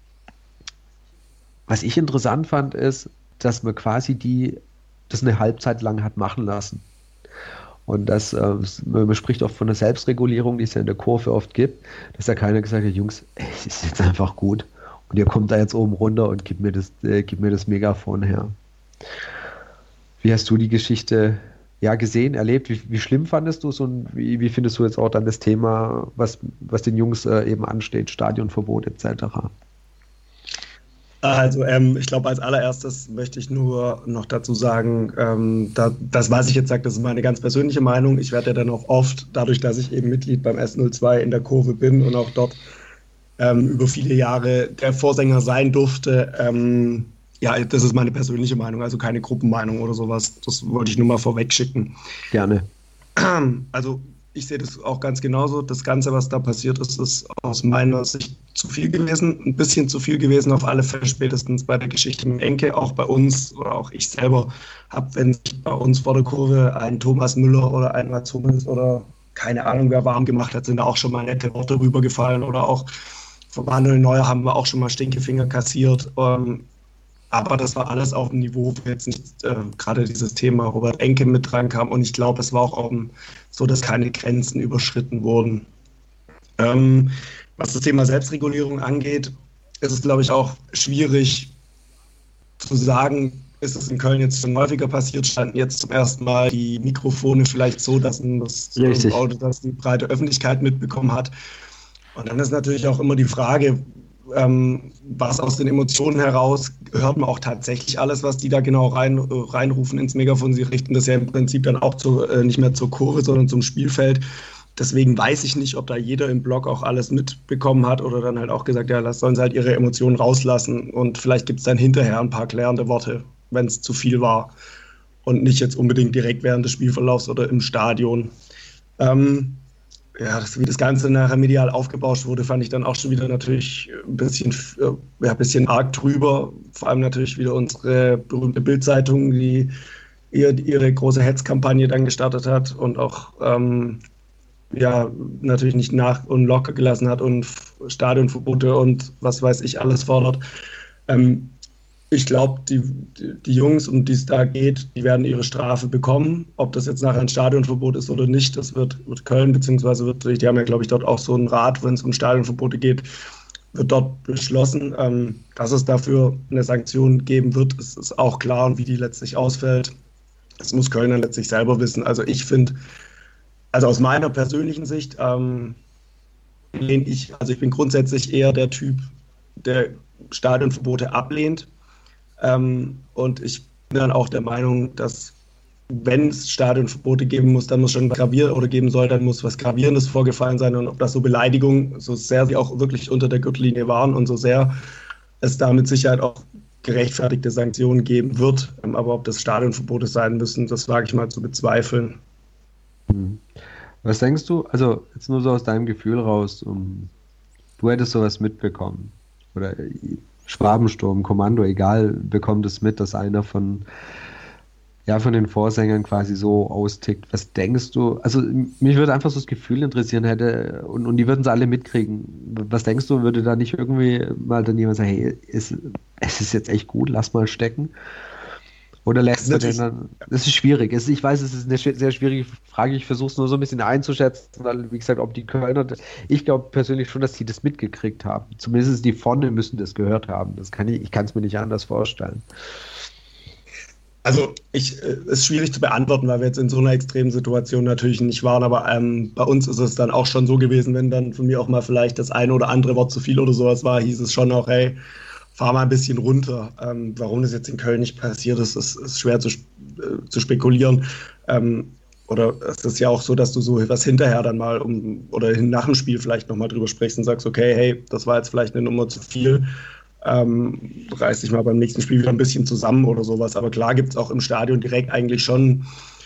Was ich interessant fand, ist, dass man quasi das eine Halbzeit lang hat machen lassen. Und man spricht oft von der Selbstregulierung, die es ja in der Kurve oft gibt, dass da keiner gesagt hat, Jungs, es ist jetzt einfach gut. Und ihr kommt da jetzt oben runter und gib mir das Megafon her. Wie hast du die Geschichte gesehen, erlebt? Wie schlimm fandest du es und wie findest du jetzt auch dann das Thema, was den Jungs eben ansteht, Stadionverbot etc.? Also ich glaube, als allererstes möchte ich nur noch dazu sagen, das, was ich jetzt sage, das ist meine ganz persönliche Meinung. Ich werde ja dann auch oft, dadurch, dass ich eben Mitglied beim S02 in der Kurve bin und auch dort über viele Jahre der Vorsänger sein durfte, das ist meine persönliche Meinung, also keine Gruppenmeinung oder sowas. Das wollte ich nur mal vorweg schicken. Gerne. Also ich sehe das auch ganz genauso. Das Ganze, was da passiert ist, ist aus meiner Sicht zu viel gewesen. Ein bisschen zu viel gewesen, auf alle Fälle spätestens bei der Geschichte mit Enke. Auch bei uns oder auch ich selber habe, wenn sich bei uns vor der Kurve ein Thomas Müller oder ein Mats Hummels oder keine Ahnung, wer warm gemacht hat, sind da auch schon mal nette Worte rübergefallen. Oder auch von Manuel Neuer haben wir auch schon mal Stinkefinger kassiert. Aber das war alles auf dem Niveau, wo jetzt nicht gerade dieses Thema Robert Enke mit dran kam. Und ich glaube, es war auch so, dass keine Grenzen überschritten wurden. Was das Thema Selbstregulierung angeht, ist es, glaube ich, auch schwierig zu sagen, ist es in Köln jetzt schon häufiger passiert, standen jetzt zum ersten Mal die Mikrofone vielleicht so, dass die breite Öffentlichkeit mitbekommen hat. Und dann ist natürlich auch immer die Frage, was aus den Emotionen heraus, hört man auch tatsächlich alles, was die da genau reinrufen ins Megafon. Sie richten das ja im Prinzip dann auch nicht mehr zur Kurve, sondern zum Spielfeld. Deswegen weiß ich nicht, ob da jeder im Blog auch alles mitbekommen hat oder dann halt auch gesagt, ja, sollen sie halt ihre Emotionen rauslassen und vielleicht gibt es dann hinterher ein paar klärende Worte, wenn es zu viel war und nicht jetzt unbedingt direkt während des Spielverlaufs oder im Stadion. Wie das Ganze nachher medial aufgebauscht wurde, fand ich dann auch schon wieder natürlich ein bisschen arg drüber. Vor allem natürlich wieder unsere berühmte Bild-Zeitung, die ihre große Hetzkampagne dann gestartet hat und auch natürlich nicht nach und locker gelassen hat und Stadionverbote und was weiß ich alles fordert. Ich glaube, die Jungs, um die es da geht, die werden ihre Strafe bekommen. Ob das jetzt nachher ein Stadionverbot ist oder nicht, das wird Köln, beziehungsweise die haben ja, glaube ich, dort auch so einen Rat, wenn es um Stadionverbote geht, wird dort beschlossen. Dass es dafür eine Sanktion geben wird, ist auch klar. Und wie die letztlich ausfällt, das muss Köln dann letztlich selber wissen. Also ich finde, aus meiner persönlichen Sicht, ich bin grundsätzlich eher der Typ, der Stadionverbote ablehnt. Und ich bin dann auch der Meinung, dass wenn es Stadionverbote geben muss, dann muss schon dann muss was Gravierendes vorgefallen sein. Und ob das so Beleidigungen, so sehr sie auch wirklich unter der Gürtellinie waren und so sehr es da mit Sicherheit auch gerechtfertigte Sanktionen geben wird. Aber ob das Stadionverbote sein müssen, das wage ich mal zu bezweifeln. Was denkst du, also jetzt nur so aus deinem Gefühl raus, du hättest sowas mitbekommen oder Schwabensturm, Kommando, egal, bekommt es mit, dass einer von den Vorsängern quasi so austickt. Was denkst du, also mich würde einfach so das Gefühl interessieren hätte und die würden es alle mitkriegen. Was denkst du, würde da nicht irgendwie mal dann jemand sagen, hey, es ist jetzt echt gut, lass mal stecken? Oder lässt du den dann? Das ist schwierig. Ich weiß, es ist eine sehr schwierige Frage. Ich versuche es nur so ein bisschen einzuschätzen, weil, wie gesagt, ob die Kölner, ich glaube persönlich schon, dass die das mitgekriegt haben. Zumindest die vorne müssen das gehört haben. Ich kann es mir nicht anders vorstellen. Also, ist schwierig zu beantworten, weil wir jetzt in so einer extremen Situation natürlich nicht waren, aber bei uns ist es dann auch schon so gewesen, wenn dann von mir auch mal vielleicht das eine oder andere Wort zu viel oder sowas war, hieß es schon auch, hey, fahr mal ein bisschen runter. Warum das jetzt in Köln nicht passiert ist, ist schwer zu spekulieren. Oder es ist ja auch so, dass du so was hinterher dann mal oder nach dem Spiel vielleicht nochmal drüber sprichst und sagst, okay, hey, das war jetzt vielleicht eine Nummer zu viel. Reiß dich mal beim nächsten Spiel wieder ein bisschen zusammen oder sowas. Aber klar gibt es auch im Stadion direkt eigentlich schon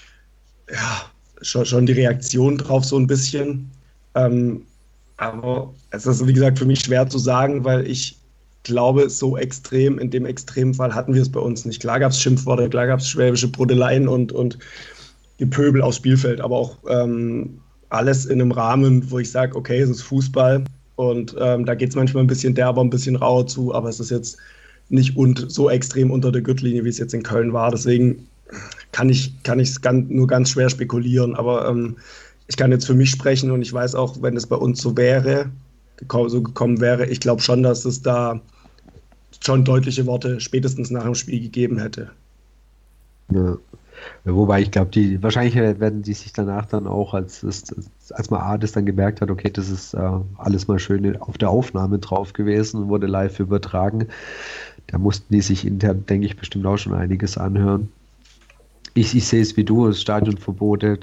die Reaktion drauf so ein bisschen. Aber es ist, wie gesagt, für mich schwer zu sagen, weil ich glaube, so extrem, in dem Extremfall hatten wir es bei uns nicht. Klar gab es Schimpfworte, klar gab es schwäbische Brodeleien und Gepöbel aufs Spielfeld, aber auch alles in einem Rahmen, wo ich sage, okay, es ist Fußball und da geht es manchmal ein bisschen derber, ein bisschen rauer zu, aber es ist jetzt nicht so extrem unter der Gürtellinie, wie es jetzt in Köln war. Deswegen kann ich es nur ganz schwer spekulieren, aber ich kann jetzt für mich sprechen und ich weiß auch, wenn es bei uns so gekommen wäre, ich glaube schon, dass es da schon deutliche Worte spätestens nach dem Spiel gegeben hätte. Ja. Wobei ich glaube, wahrscheinlich werden die sich danach dann auch, als man A das dann gemerkt hat, okay, das ist alles mal schön auf der Aufnahme drauf gewesen und wurde live übertragen. Da mussten die sich intern, denke ich, bestimmt auch schon einiges anhören. Ich sehe es wie du, das Stadionverbote,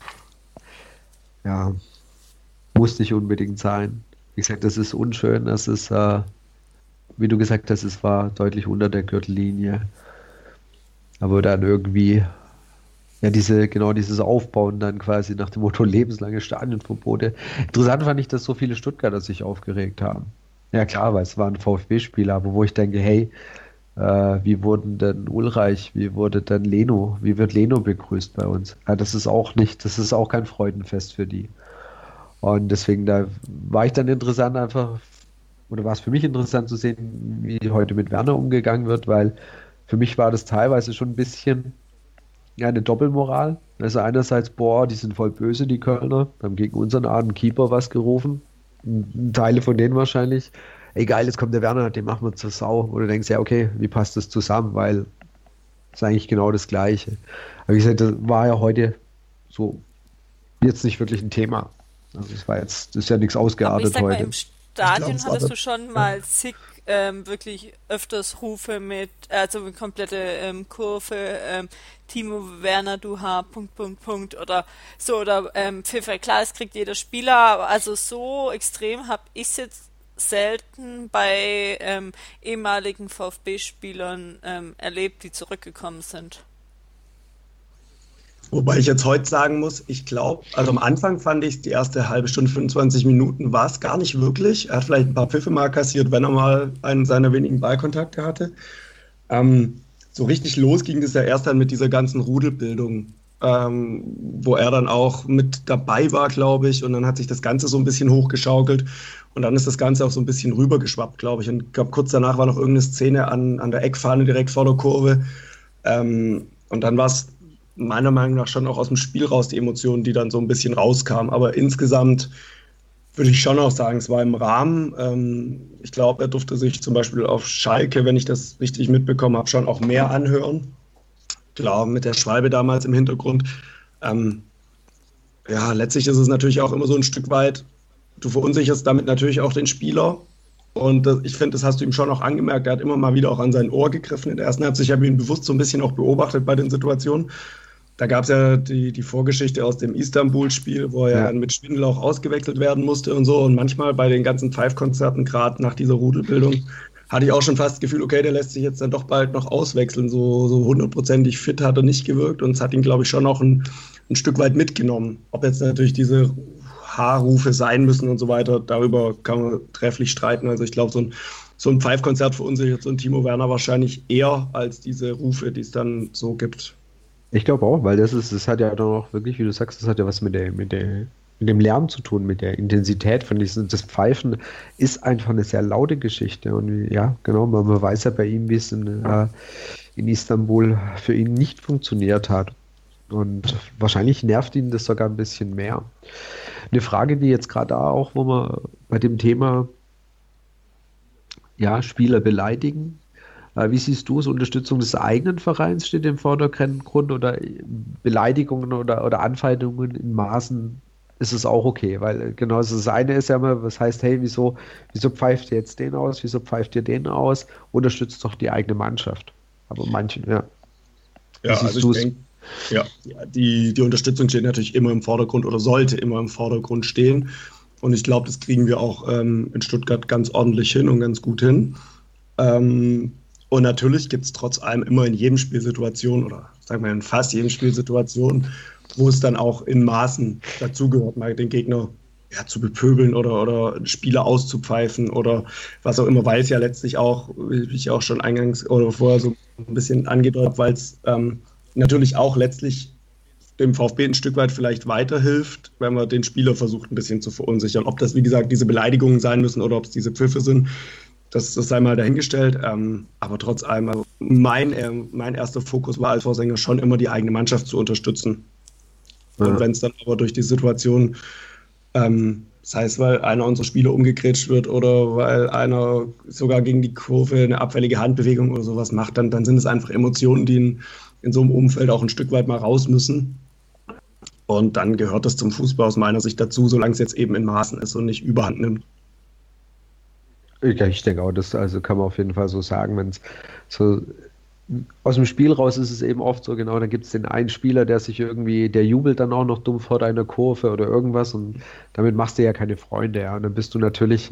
ja, muss nicht unbedingt sein. Wie gesagt, das ist unschön, das ist, wie du gesagt hast, es war deutlich unter der Gürtellinie. Aber dann irgendwie, ja, dieses Aufbauen dann quasi nach dem Motto lebenslange Stadionverbote. Interessant fand ich, dass so viele Stuttgarter sich aufgeregt haben. Ja klar, weil es war ein VfB-Spieler, aber wo ich denke, hey, wie wurden denn Ulreich, wie wird Leno begrüßt bei uns? Ja, das ist auch kein Freudenfest für die. Und deswegen, da war ich dann interessant einfach, oder war es für mich interessant zu sehen, wie heute mit Werner umgegangen wird, weil für mich war das teilweise schon ein bisschen eine Doppelmoral. Also einerseits, die sind voll böse, die Kölner, haben gegen unseren armen Keeper was gerufen. Teile von denen wahrscheinlich. Egal, jetzt kommt der Werner, den machen wir zur Sau. Und du denkst, ja, okay, wie passt das zusammen? Weil es ist eigentlich genau das Gleiche. Aber wie gesagt, das war ja heute so jetzt nicht wirklich ein Thema. Also das ist ja nichts ausgeartet aber ich sag heute. Mal, im Stadion hattest du schon mal zig wirklich öfters Rufe also eine komplette Kurve, Timo Werner, du Haar, Punkt, oder so, oder Pfiffer, klar, das kriegt jeder Spieler, aber also so extrem habe ich es jetzt selten bei ehemaligen VfB-Spielern erlebt, die zurückgekommen sind. Wobei ich jetzt heute sagen muss, ich glaube, also am Anfang fand ich die erste halbe Stunde, 25 Minuten war es gar nicht wirklich. Er hat vielleicht ein paar Pfiffe mal kassiert, wenn er mal einen seiner wenigen Ballkontakte hatte. So richtig los ging es ja erst dann mit dieser ganzen Rudelbildung, wo er dann auch mit dabei war, glaube ich. Und dann hat sich das Ganze so ein bisschen hochgeschaukelt. Und dann ist das Ganze auch so ein bisschen rübergeschwappt, glaube ich. Und ich glaube, kurz danach war noch irgendeine Szene an der Eckfahne direkt vor der Kurve. Und dann war es meiner Meinung nach schon auch aus dem Spiel raus, die Emotionen, die dann so ein bisschen rauskamen. Aber insgesamt würde ich schon auch sagen, es war im Rahmen. Ich glaube, er durfte sich zum Beispiel auf Schalke, wenn ich das richtig mitbekommen habe, schon auch mehr anhören. Klar, mit der Schwalbe damals im Hintergrund. Ja, letztlich ist es natürlich auch immer so ein Stück weit, du verunsicherst damit natürlich auch den Spieler. Und ich finde, das hast du ihm schon auch angemerkt. Er hat immer mal wieder auch an sein Ohr gegriffen. In der ersten Halbzeit habe ich ihn bewusst so ein bisschen auch beobachtet bei den Situationen. Da gab es ja die Vorgeschichte aus dem Istanbul-Spiel, wo er mit Schwindel auch ausgewechselt werden musste und so. Und manchmal bei den ganzen Pfeif-Konzerten, gerade nach dieser Rudelbildung, hatte ich auch schon fast das Gefühl, okay, der lässt sich jetzt dann doch bald noch auswechseln. So 100%ig fit hat er nicht gewirkt. Und es hat ihn, glaube ich, schon auch ein Stück weit mitgenommen. Ob jetzt natürlich diese Haarrufe sein müssen und so weiter, darüber kann man trefflich streiten. Also ich glaube, so ein Pfeif-Konzert verunsichert so ein Timo Werner wahrscheinlich eher als diese Rufe, die es dann so gibt. Ich glaube auch, weil das hat ja dann auch wirklich, wie du sagst, das hat ja was mit dem Lärm zu tun, mit der Intensität von das Pfeifen ist einfach eine sehr laute Geschichte und ja, genau, man weiß ja bei ihm, wie es in Istanbul für ihn nicht funktioniert hat und wahrscheinlich nervt ihn das sogar ein bisschen mehr. Eine Frage, die jetzt gerade auch, wo wir bei dem Thema Spieler beleidigen, wie siehst du es? Unterstützung des eigenen Vereins steht im Vordergrund oder Beleidigungen oder Anfeindungen in Maßen ist es auch okay? Weil genau das eine ist ja immer, was heißt, hey, wieso pfeift ihr jetzt den aus? Wieso pfeift ihr den aus? Unterstützt doch die eigene Mannschaft. Aber manchen, ja. Ja, also ich denke, die Unterstützung steht natürlich immer im Vordergrund oder sollte immer im Vordergrund stehen. Und ich glaube, das kriegen wir auch in Stuttgart ganz ordentlich hin und ganz gut hin. Und natürlich gibt es trotz allem immer in jedem Spielsituation oder sagen wir in fast jedem Spielsituation, wo es dann auch in Maßen dazugehört, mal den Gegner zu bepöbeln oder Spieler auszupfeifen oder was auch immer, weil es ja letztlich auch, wie ich auch schon eingangs oder vorher so ein bisschen angedeutet habe, weil es natürlich auch letztlich dem VfB ein Stück weit vielleicht weiterhilft, wenn man den Spieler versucht, ein bisschen zu verunsichern. Ob das, wie gesagt, diese Beleidigungen sein müssen oder ob es diese Pfiffe sind, das sei mal dahingestellt. Aber trotz allem, also mein erster Fokus war als Vorsänger schon immer die eigene Mannschaft zu unterstützen. Ja. Und wenn es dann aber durch die Situation, sei es, weil einer unserer Spieler umgegrätscht wird oder weil einer sogar gegen die Kurve eine abfällige Handbewegung oder sowas macht, dann sind es einfach Emotionen, die in so einem Umfeld auch ein Stück weit mal raus müssen. Und dann gehört das zum Fußball aus meiner Sicht dazu, solange es jetzt eben in Maßen ist und nicht überhand nimmt. Ja, ich denke auch, das also kann man auf jeden Fall so sagen, wenn es so aus dem Spiel raus ist es eben oft so, genau, da gibt es den einen Spieler, der jubelt dann auch noch dumm vor deiner Kurve oder irgendwas und damit machst du ja keine Freunde, ja. Und dann bist du natürlich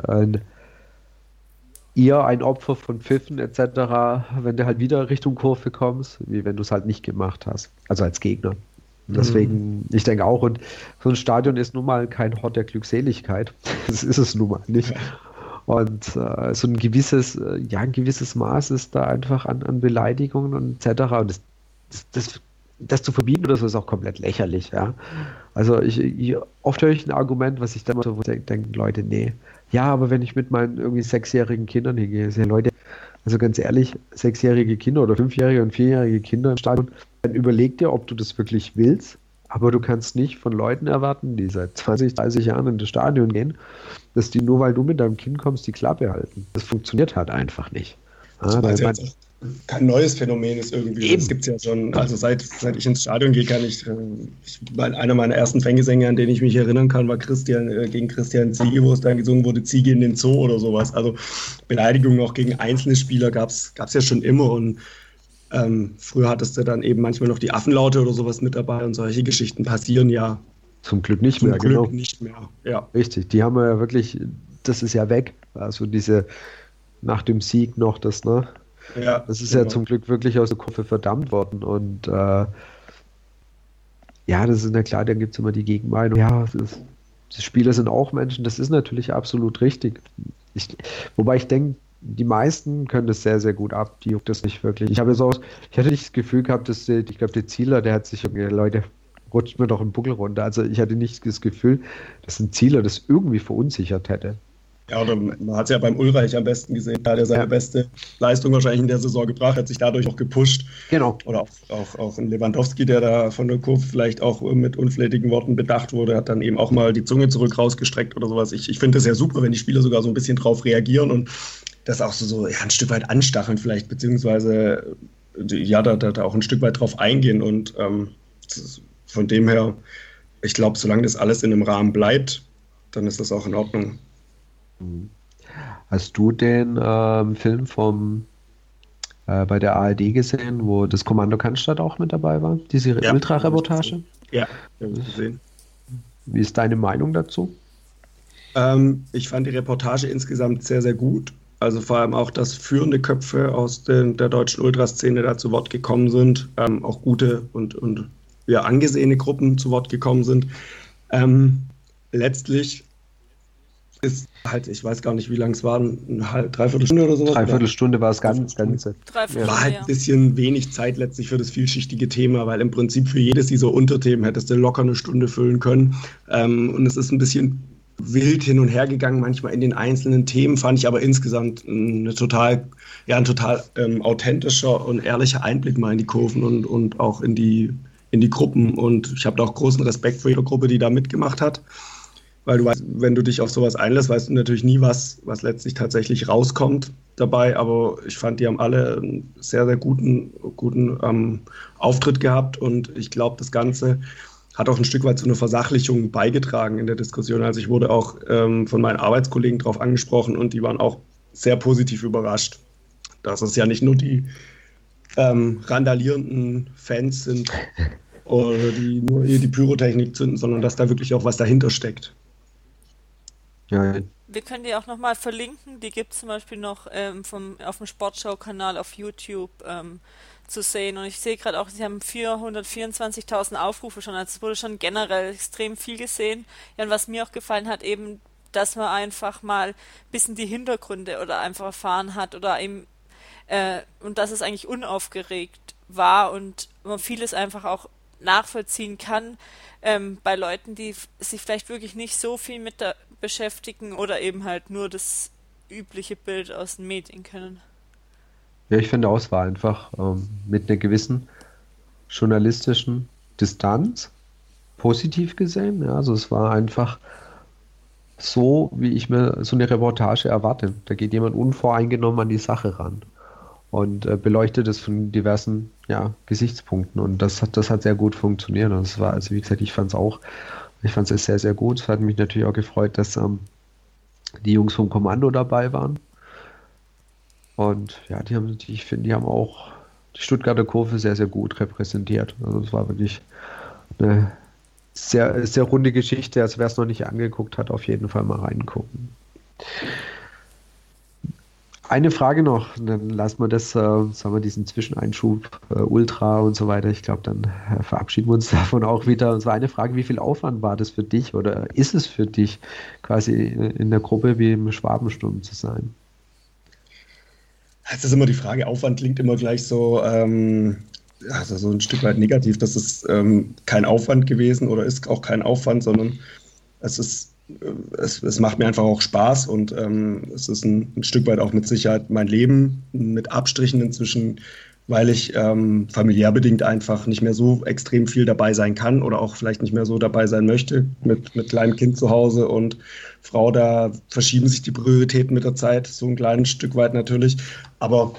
eher ein Opfer von Pfiffen etc., wenn du halt wieder Richtung Kurve kommst, wie wenn du es halt nicht gemacht hast, also als Gegner. Und deswegen, ich denke auch, und so ein Stadion ist nun mal kein Hort der Glückseligkeit, das ist es nun mal nicht. Und so ein gewisses Maß ist da einfach an Beleidigungen und etc. Und das zu verbieten oder so ist auch komplett lächerlich, ja. Also oft höre ich ein Argument, was ich dann mal so denke, Leute, nee. Ja, aber wenn ich mit meinen irgendwie 6-jährigen Kindern hingehe, ja, Leute, also ganz ehrlich, 6-jährige Kinder oder 5-jährige und 4-jährige Kinder im Stadion, dann überleg dir, ob du das wirklich willst. Aber du kannst nicht von Leuten erwarten, die seit 20, 30 Jahren in das Stadion gehen, dass die nur weil du mit deinem Kind kommst, die Klappe halten. Das funktioniert halt einfach nicht. Kein neues Phänomen ist irgendwie. Eben. Das gibt es ja schon. Also seit ich ins Stadion gehe, einer meiner ersten Fangesänge, an den ich mich erinnern kann, war gegen Christian Ziege, wo es dann gesungen wurde, Ziege in den Zoo oder sowas. Also Beleidigungen auch gegen einzelne Spieler gab's ja schon immer. Und früher hattest du dann eben manchmal noch die Affenlaute oder sowas mit dabei und solche Geschichten passieren ja zum Glück nicht mehr. Zum Glück nicht mehr, ja. Richtig, die haben wir ja wirklich, das ist ja weg. Also diese nach dem Sieg noch das, ne? Ja, das ist ja zum Glück wirklich aus der Kurve verdammt worden. Und ja, das ist ja klar, dann gibt es immer die Gegenmeinung. Ja, die Spieler sind auch Menschen, das ist natürlich absolut richtig. Wobei ich denke, die meisten können das sehr, sehr gut ab. Die juckt das nicht wirklich. Ich hatte nicht das Gefühl gehabt, ich glaube, der Zieler, der hat sich irgendwie, Leute, rutscht mir doch einen Buckel runter. Also ich hatte nicht das Gefühl, dass ein Zieler das irgendwie verunsichert hätte. Ja, oder man hat es ja beim Ulreich am besten gesehen, da hat er seine beste Leistung wahrscheinlich in der Saison gebracht, hat sich dadurch auch gepusht. Genau. Oder auch ein Lewandowski, der da von der Kurve vielleicht auch mit unflätigen Worten bedacht wurde, hat dann eben auch mal die Zunge zurück rausgestreckt oder sowas. Ich finde das ja super, wenn die Spieler sogar so ein bisschen drauf reagieren und das auch so ja, ein Stück weit anstacheln vielleicht, beziehungsweise ja, da auch ein Stück weit drauf eingehen und von dem her, ich glaube, solange das alles in einem Rahmen bleibt, dann ist das auch in Ordnung. Hast du den Film bei der ARD gesehen, wo das Kommando Cannstatt auch mit dabei war? Diese Ultra-Reportage? Ja, habe ich gesehen. Wie ist deine Meinung dazu? Ich fand die Reportage insgesamt sehr, sehr gut. Also vor allem auch, dass führende Köpfe aus der deutschen Ultraszene da zu Wort gekommen sind, auch gute und ja, angesehene Gruppen zu Wort gekommen sind. Letztlich ist halt, ich weiß gar nicht, wie lang es war, Dreiviertelstunde oder sowas. Dreiviertelstunde war es Ganze. War halt ein bisschen wenig Zeit letztlich für das vielschichtige Thema, weil im Prinzip für jedes dieser Unterthemen hättest du locker eine Stunde füllen können. Und es ist ein bisschen wild hin und her gegangen, manchmal in den einzelnen Themen, fand ich aber insgesamt ein total authentischer und ehrlicher Einblick mal in die Kurven und auch in die Gruppen. Und ich habe da auch großen Respekt vor jeder Gruppe, die da mitgemacht hat. Weil du weißt, wenn du dich auf sowas einlässt, weißt du natürlich nie, was letztlich tatsächlich rauskommt dabei. Aber ich fand, die haben alle einen sehr, sehr guten Auftritt gehabt. Und ich glaube, das Ganze hat auch ein Stück weit zu einer Versachlichung beigetragen in der Diskussion. Also ich wurde auch von meinen Arbeitskollegen darauf angesprochen und die waren auch sehr positiv überrascht, dass es ja nicht nur die randalierenden Fans sind oder die nur die Pyrotechnik zünden, sondern dass da wirklich auch was dahinter steckt. Ja. Wir können die auch nochmal verlinken. Die gibt es zum Beispiel noch auf dem Sportschau-Kanal auf YouTube zu sehen. Und ich sehe gerade auch, sie haben 424.000 Aufrufe schon. Also es wurde schon generell extrem viel gesehen. Ja, und was mir auch gefallen hat, eben, dass man einfach mal ein bisschen die Hintergründe oder einfach erfahren hat oder eben und dass es eigentlich unaufgeregt war und man vieles einfach auch nachvollziehen kann, bei Leuten, die sich vielleicht wirklich nicht so viel mit da beschäftigen oder eben halt nur das übliche Bild aus den Medien kennen. Ja, ich finde auch, es war einfach mit einer gewissen journalistischen Distanz positiv gesehen. Ja, also es war einfach so, wie ich mir so eine Reportage erwarte. Da geht jemand unvoreingenommen an die Sache ran und beleuchtet es von diversen, ja, Gesichtspunkten. Und das hat sehr gut funktioniert. Und es war, also wie gesagt, ich fand es sehr, sehr gut. Es hat mich natürlich auch gefreut, dass die Jungs vom Kommando dabei waren. Und ja, ich finde, die haben auch die Stuttgarter Kurve sehr, sehr gut repräsentiert. Also es war wirklich eine sehr, sehr runde Geschichte. Also wer es noch nicht angeguckt hat, auf jeden Fall mal reingucken. Eine Frage noch, dann lassen wir das, sagen wir, diesen Zwischeneinschub, Ultra und so weiter. Ich glaube, dann verabschieden wir uns davon auch wieder. Und zwar eine Frage, wie viel Aufwand war das für dich oder ist es für dich, quasi in der Gruppe wie im Schwabensturm zu sein? Es ist immer die Frage, Aufwand klingt immer gleich so, also so ein Stück weit negativ. Das ist kein Aufwand gewesen oder ist auch kein Aufwand, sondern es macht mir einfach auch Spaß und es ist ein Stück weit auch mit Sicherheit mein Leben, mit Abstrichen inzwischen, weil ich familiär bedingt einfach nicht mehr so extrem viel dabei sein kann oder auch vielleicht nicht mehr so dabei sein möchte, mit kleinem Kind zu Hause und Frau, da verschieben sich die Prioritäten mit der Zeit, so ein kleines Stück weit natürlich, aber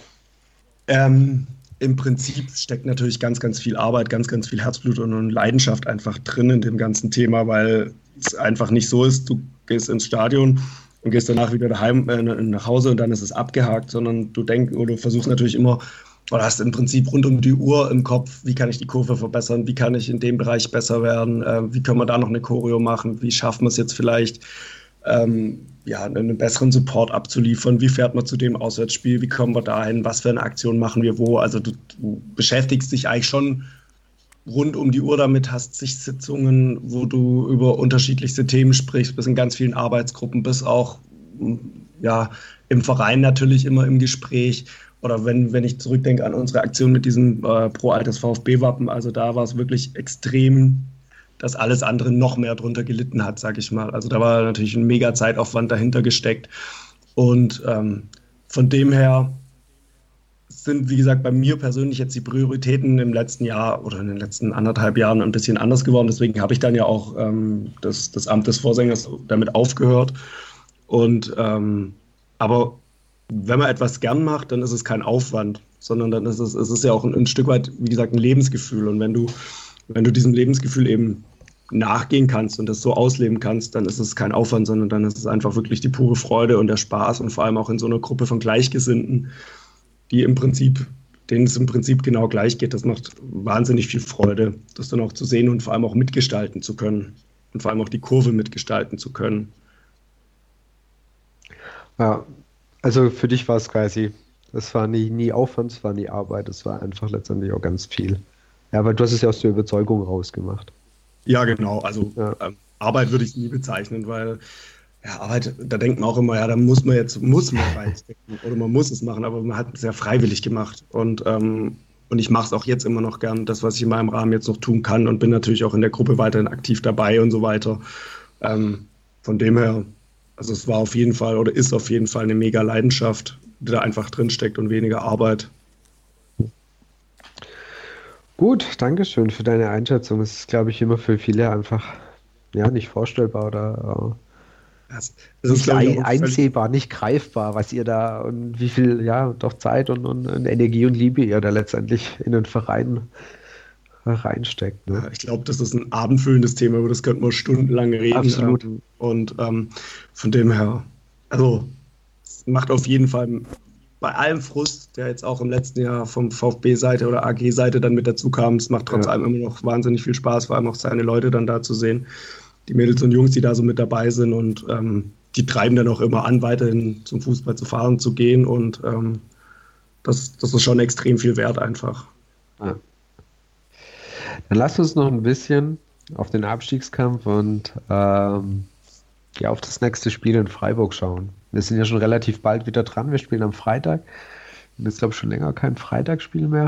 im Prinzip steckt natürlich ganz, ganz viel Arbeit, ganz, ganz viel Herzblut und Leidenschaft einfach drin in dem ganzen Thema, weil es einfach nicht so ist, du gehst ins Stadion und gehst danach wieder daheim nach Hause und dann ist es abgehakt, sondern du versuchst natürlich immer, oder hast im Prinzip rund um die Uhr im Kopf, wie kann ich die Kurve verbessern, wie kann ich in dem Bereich besser werden, wie können wir da noch eine Choreo machen, wie schaffen wir es jetzt vielleicht, einen besseren Support abzuliefern, wie fährt man zu dem Auswärtsspiel, wie kommen wir dahin, was für eine Aktion machen wir wo, also du beschäftigst dich eigentlich schon rund um die Uhr damit, hast zig Sitzungen, wo du über unterschiedlichste Themen sprichst, bist in ganz vielen Arbeitsgruppen, bist auch im Verein natürlich immer im Gespräch. Oder wenn ich zurückdenke an unsere Aktion mit diesem Pro-Altes VfB-Wappen, also da war es wirklich extrem, dass alles andere noch mehr drunter gelitten hat, sag ich mal. Also da war natürlich ein mega Zeitaufwand dahinter gesteckt. Und von dem her sind, wie gesagt, bei mir persönlich jetzt die Prioritäten im letzten Jahr oder in den letzten 1,5 Jahren ein bisschen anders geworden. Deswegen habe ich dann ja auch das Amt des Vorsängers damit aufgehört. Und aber wenn man etwas gern macht, dann ist es kein Aufwand, sondern dann ist es ja auch ein Stück weit, wie gesagt, ein Lebensgefühl. Und wenn du diesem Lebensgefühl eben nachgehen kannst und das so ausleben kannst, dann ist es kein Aufwand, sondern dann ist es einfach wirklich die pure Freude und der Spaß und vor allem auch in so einer Gruppe von Gleichgesinnten, denen es im Prinzip genau gleich geht. Das macht wahnsinnig viel Freude, das dann auch zu sehen und vor allem auch mitgestalten zu können und vor allem auch die Kurve mitgestalten zu können. Ja, also für dich war es quasi, das war nie Aufwand, es war nie Arbeit, es war einfach letztendlich auch ganz viel. Ja, aber du hast es ja aus der Überzeugung rausgemacht. Ja, genau. Also Arbeit würde ich nie bezeichnen, weil Arbeit, da denkt man auch immer, da muss man reinstecken oder man muss es machen, aber man hat es ja freiwillig gemacht. Und ich mache es auch jetzt immer noch gern, das, was ich in meinem Rahmen jetzt noch tun kann und bin natürlich auch in der Gruppe weiterhin aktiv dabei und so weiter. Von dem her, also es war auf jeden Fall oder ist auf jeden Fall eine mega Leidenschaft, die da einfach drinsteckt und weniger Arbeit. Gut, danke schön für deine Einschätzung. Es ist, glaube ich, immer für viele einfach nicht vorstellbar oder Das nicht einsehbar, nicht greifbar, was ihr da und wie viel doch Zeit und Energie und Liebe ihr da letztendlich in den Verein reinsteckt. Ne? Ich glaube, das ist ein abendfüllendes Thema, über das könnten wir stundenlang reden. Absolut. Und von dem her, also es macht auf jeden Fall bei allem Frust, der jetzt auch im letzten Jahr vom VfB-Seite oder AG-Seite dann mit dazu kam, es macht trotz allem immer noch wahnsinnig viel Spaß, vor allem auch seine Leute dann da zu sehen. Die Mädels und Jungs, die da so mit dabei sind und die treiben dann auch immer an, weiterhin zum Fußball zu fahren, zu gehen und das ist schon extrem viel wert einfach. Ja. Dann lasst uns noch ein bisschen auf den Abstiegskampf und auf das nächste Spiel in Freiburg schauen. Wir sind ja schon relativ bald wieder dran. Wir spielen am Freitag. Und jetzt glaube ich schon länger kein Freitagsspiel mehr.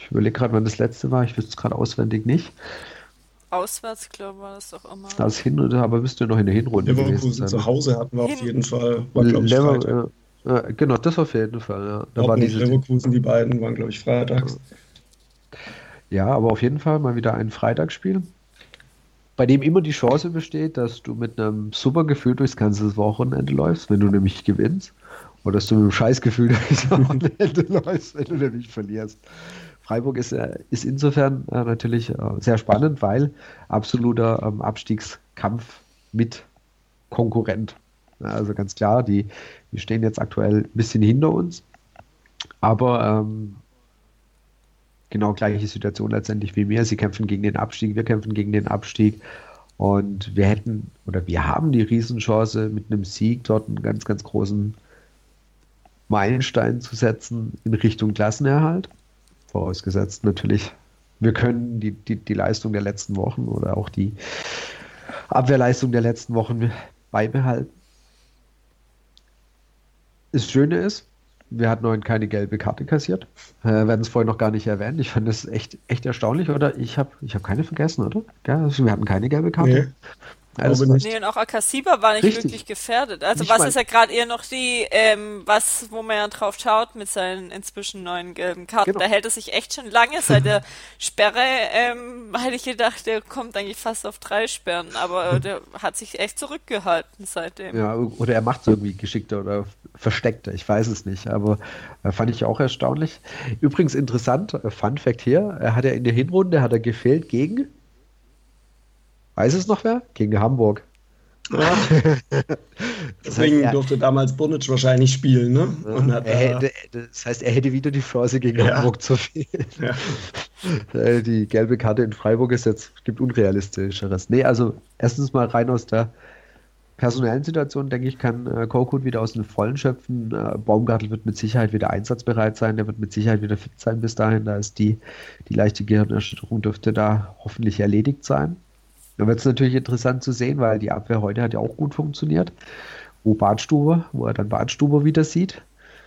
Ich überlege gerade, wann das letzte war. Ich wüsste es gerade auswendig nicht. Auswärts, glaube ich, war das doch immer. Das Hinrunde, aber müsste noch in der Hinrunde gewesen Leverkusen sein. zu Hause hatten wir auf Hin- jeden Fall, war glaube ich Freitag. Genau, das auf jeden Fall. Ja. Da war Dortmund, dieses, Leverkusen, die beiden waren glaube ich freitags. ja, aber auf jeden Fall mal wieder ein Freitagsspiel, bei dem immer die Chance besteht, dass du mit einem super Gefühl durchs ganze Wochenende läufst, wenn du nämlich gewinnst, oder dass du mit einem Scheißgefühl durchs Wochenende läufst, wenn du nämlich verlierst. Freiburg ist insofern natürlich sehr spannend, weil absoluter Abstiegskampf mit Konkurrent. Ja, also ganz klar, die stehen jetzt aktuell ein bisschen hinter uns, aber genau gleiche Situation letztendlich wie wir. Sie kämpfen gegen den Abstieg, wir kämpfen gegen den Abstieg. Und wir haben die Riesenchance, mit einem Sieg dort einen ganz, ganz großen Meilenstein zu setzen in Richtung Klassenerhalt. Vorausgesetzt natürlich, wir können die Leistung der letzten Wochen oder auch die Abwehrleistung der letzten Wochen beibehalten. Das Schöne ist, wir hatten heute keine gelbe Karte kassiert. Werden es vorhin noch gar nicht erwähnt. Ich fand das echt erstaunlich, oder? Ich hab keine vergessen, oder? Ja, also wir hatten keine gelbe Karte. Nee, Also, glaube nicht. Nee, und auch Akasiba war nicht Richtig. wirklich gefährdet. Also Nicht was mal- ist ja gerade eher noch die, wo man ja drauf schaut mit seinen inzwischen neuen gelben Karten. Genau. Da hält er sich echt schon lange seit der Sperre, hätte ich gedacht, der kommt eigentlich fast auf 3 Sperren, aber der hat sich echt zurückgehalten seitdem. Ja, oder er macht es irgendwie geschickter oder versteckter, ich weiß es nicht, aber fand ich auch erstaunlich. Übrigens interessant, Fun Fact hier, er hat ja in der Hinrunde gefehlt gegen, weiß es noch wer? Gegen Hamburg. Ja. Deswegen er- durfte damals Burnic wahrscheinlich spielen, ne? Und hat Das heißt, er hätte wieder die Chance gegen Ja. Hamburg zu fehlen. ja. Die gelbe Karte in Freiburg gibt unrealistischeres. Nee, also erstens mal rein aus der personellen Situation, denke ich, kann Korkut wieder aus den Vollen schöpfen. Baumgartel wird mit Sicherheit wieder einsatzbereit sein, der wird mit Sicherheit wieder fit sein bis dahin. Da ist die leichte Gehirnerschütterung dürfte da hoffentlich erledigt sein. Da wird es natürlich interessant zu sehen, weil die Abwehr heute hat ja auch gut funktioniert. Wo er dann Badstuber wieder sieht.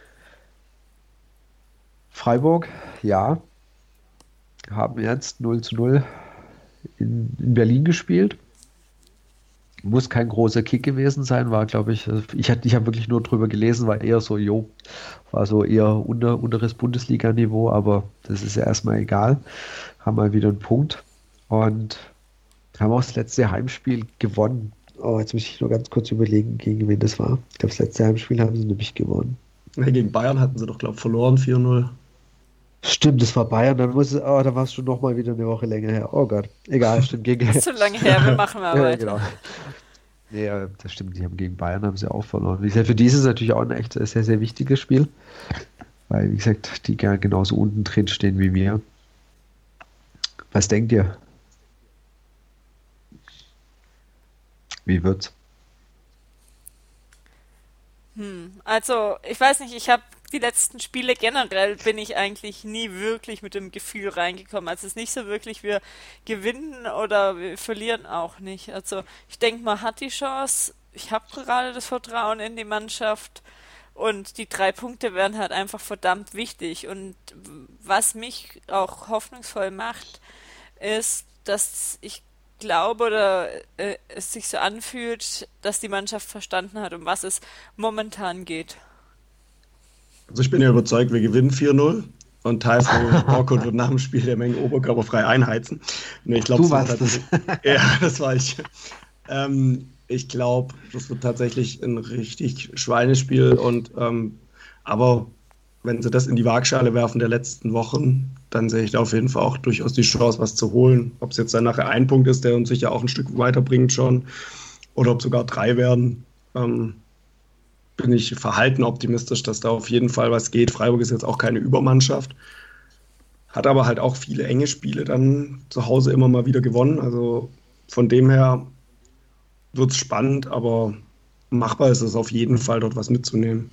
Freiburg, ja, haben jetzt 0:0 in Berlin gespielt. Muss kein großer Kick gewesen sein, war, glaube ich, ich habe wirklich nur drüber gelesen, war eher so, war so eher unteres Bundesliga-Niveau, aber das ist ja erstmal egal. Haben mal wieder einen Punkt und haben auch das letzte Heimspiel gewonnen. Oh, jetzt muss ich nur ganz kurz überlegen, gegen wen das war. Ich glaube, das letzte Heimspiel haben sie nämlich gewonnen. Nee, gegen Bayern hatten sie doch, glaube ich, verloren, 4-0. Stimmt, das war Bayern, da war es schon nochmal wieder eine Woche länger her. Oh Gott, egal, stimmt, gegen... Das ist zu lange her, wir machen mal Ja, weiter. genau. Nee, das stimmt, die haben gegen Bayern haben sie auch verloren. Wie gesagt, für die ist es natürlich auch ein echt sehr, sehr wichtiges Spiel, weil, wie gesagt, die genauso unten drin stehen wie wir. Was denkt ihr? Wie wird's? Also, ich weiß nicht, ich habe die letzten Spiele generell bin ich eigentlich nie wirklich mit dem Gefühl reingekommen. Also es ist nicht so wirklich, wir gewinnen oder wir verlieren auch nicht. Also ich denke, man hat die Chance. Ich habe gerade das Vertrauen in die Mannschaft und die 3 Punkte werden halt einfach verdammt wichtig. Und was mich auch hoffnungsvoll macht, ist, dass ich glaube oder es sich so anfühlt, dass die Mannschaft verstanden hat, um was es momentan geht. Also ich bin ja überzeugt, wir gewinnen 4-0 und Taifo Korkut wird nach dem Spiel der Menge oberkörperfrei einheizen. Nee, ich glaub, Du warst das. Ja, das war ich. Ich glaube, das wird tatsächlich ein richtig Schweinespiel und aber wenn sie das in die Waagschale werfen der letzten Wochen, dann sehe ich da auf jeden Fall auch durchaus die Chance, was zu holen. Ob es jetzt dann nachher ein Punkt ist, der uns sicher auch ein Stück weiterbringt schon, oder ob sogar 3 werden, bin ich verhalten optimistisch, dass da auf jeden Fall was geht. Freiburg ist jetzt auch keine Übermannschaft, hat aber halt auch viele enge Spiele dann zu Hause immer mal wieder gewonnen. Also von dem her wird es spannend, aber machbar ist es auf jeden Fall, dort was mitzunehmen.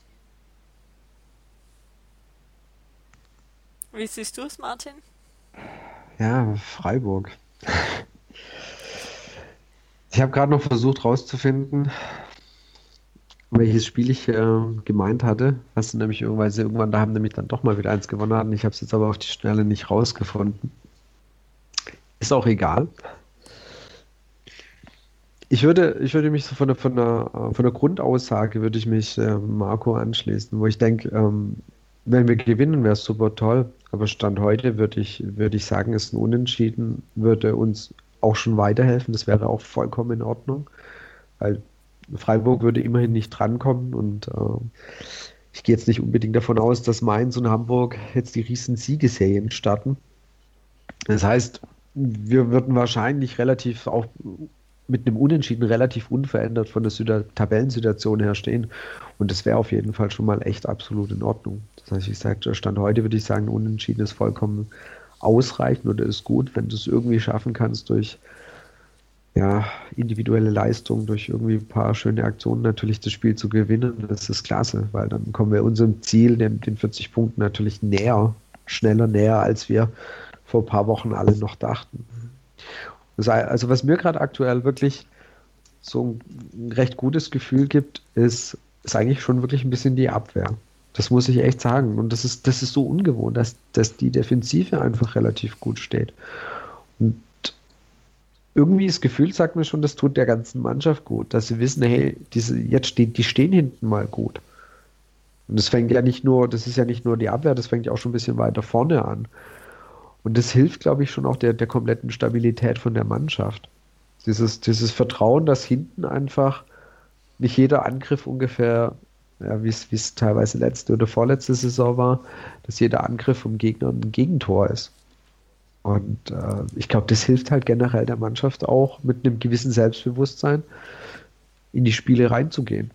Wie siehst du es, Martin? Ja, Freiburg. Ich habe gerade noch versucht rauszufinden, welches Spiel ich gemeint hatte, was nämlich irgendwann, da haben nämlich dann doch mal wieder eins gewonnen hatten. Ich habe es jetzt aber auf die Schnelle nicht rausgefunden. Ist auch egal. Ich würde mich so von der Grundaussage würde ich mich Marco anschließen, wo ich denke, wenn wir gewinnen, wäre es super toll. Aber Stand heute würde ich sagen, ist ein Unentschieden, würde uns auch schon weiterhelfen. Das wäre auch vollkommen in Ordnung, weil Freiburg würde immerhin nicht drankommen und ich gehe jetzt nicht unbedingt davon aus, dass Mainz und Hamburg jetzt die riesen Siegesserien starten. Das heißt, wir würden wahrscheinlich relativ auch mit einem Unentschieden relativ unverändert von der Tabellensituation her stehen. Und das wäre auf jeden Fall schon mal echt absolut in Ordnung. Das heißt, ich sage, Stand heute würde ich sagen, Unentschieden ist vollkommen ausreichend oder ist gut, wenn du es irgendwie schaffen kannst durch individuelle Leistung, durch irgendwie ein paar schöne Aktionen natürlich das Spiel zu gewinnen. Das ist klasse, weil dann kommen wir unserem Ziel, den 40 Punkten natürlich schneller näher, als wir vor ein paar Wochen alle noch dachten. Also was mir gerade aktuell wirklich so ein recht gutes Gefühl gibt, ist eigentlich schon wirklich ein bisschen die Abwehr. Das muss ich echt sagen. Und das ist so ungewohnt, dass die Defensive einfach relativ gut steht. Und irgendwie das Gefühl sagt mir schon, das tut der ganzen Mannschaft gut, dass sie wissen, hey, die stehen hinten mal gut. Und das ist ja nicht nur die Abwehr, das fängt ja auch schon ein bisschen weiter vorne an. Und das hilft, glaube ich, schon auch der kompletten Stabilität von der Mannschaft. Dieses Vertrauen, dass hinten einfach nicht jeder Angriff ungefähr, wie es teilweise letzte oder vorletzte Saison war, dass jeder Angriff vom Gegner ein Gegentor ist. Und ich glaube, das hilft halt generell der Mannschaft auch, mit einem gewissen Selbstbewusstsein in die Spiele reinzugehen.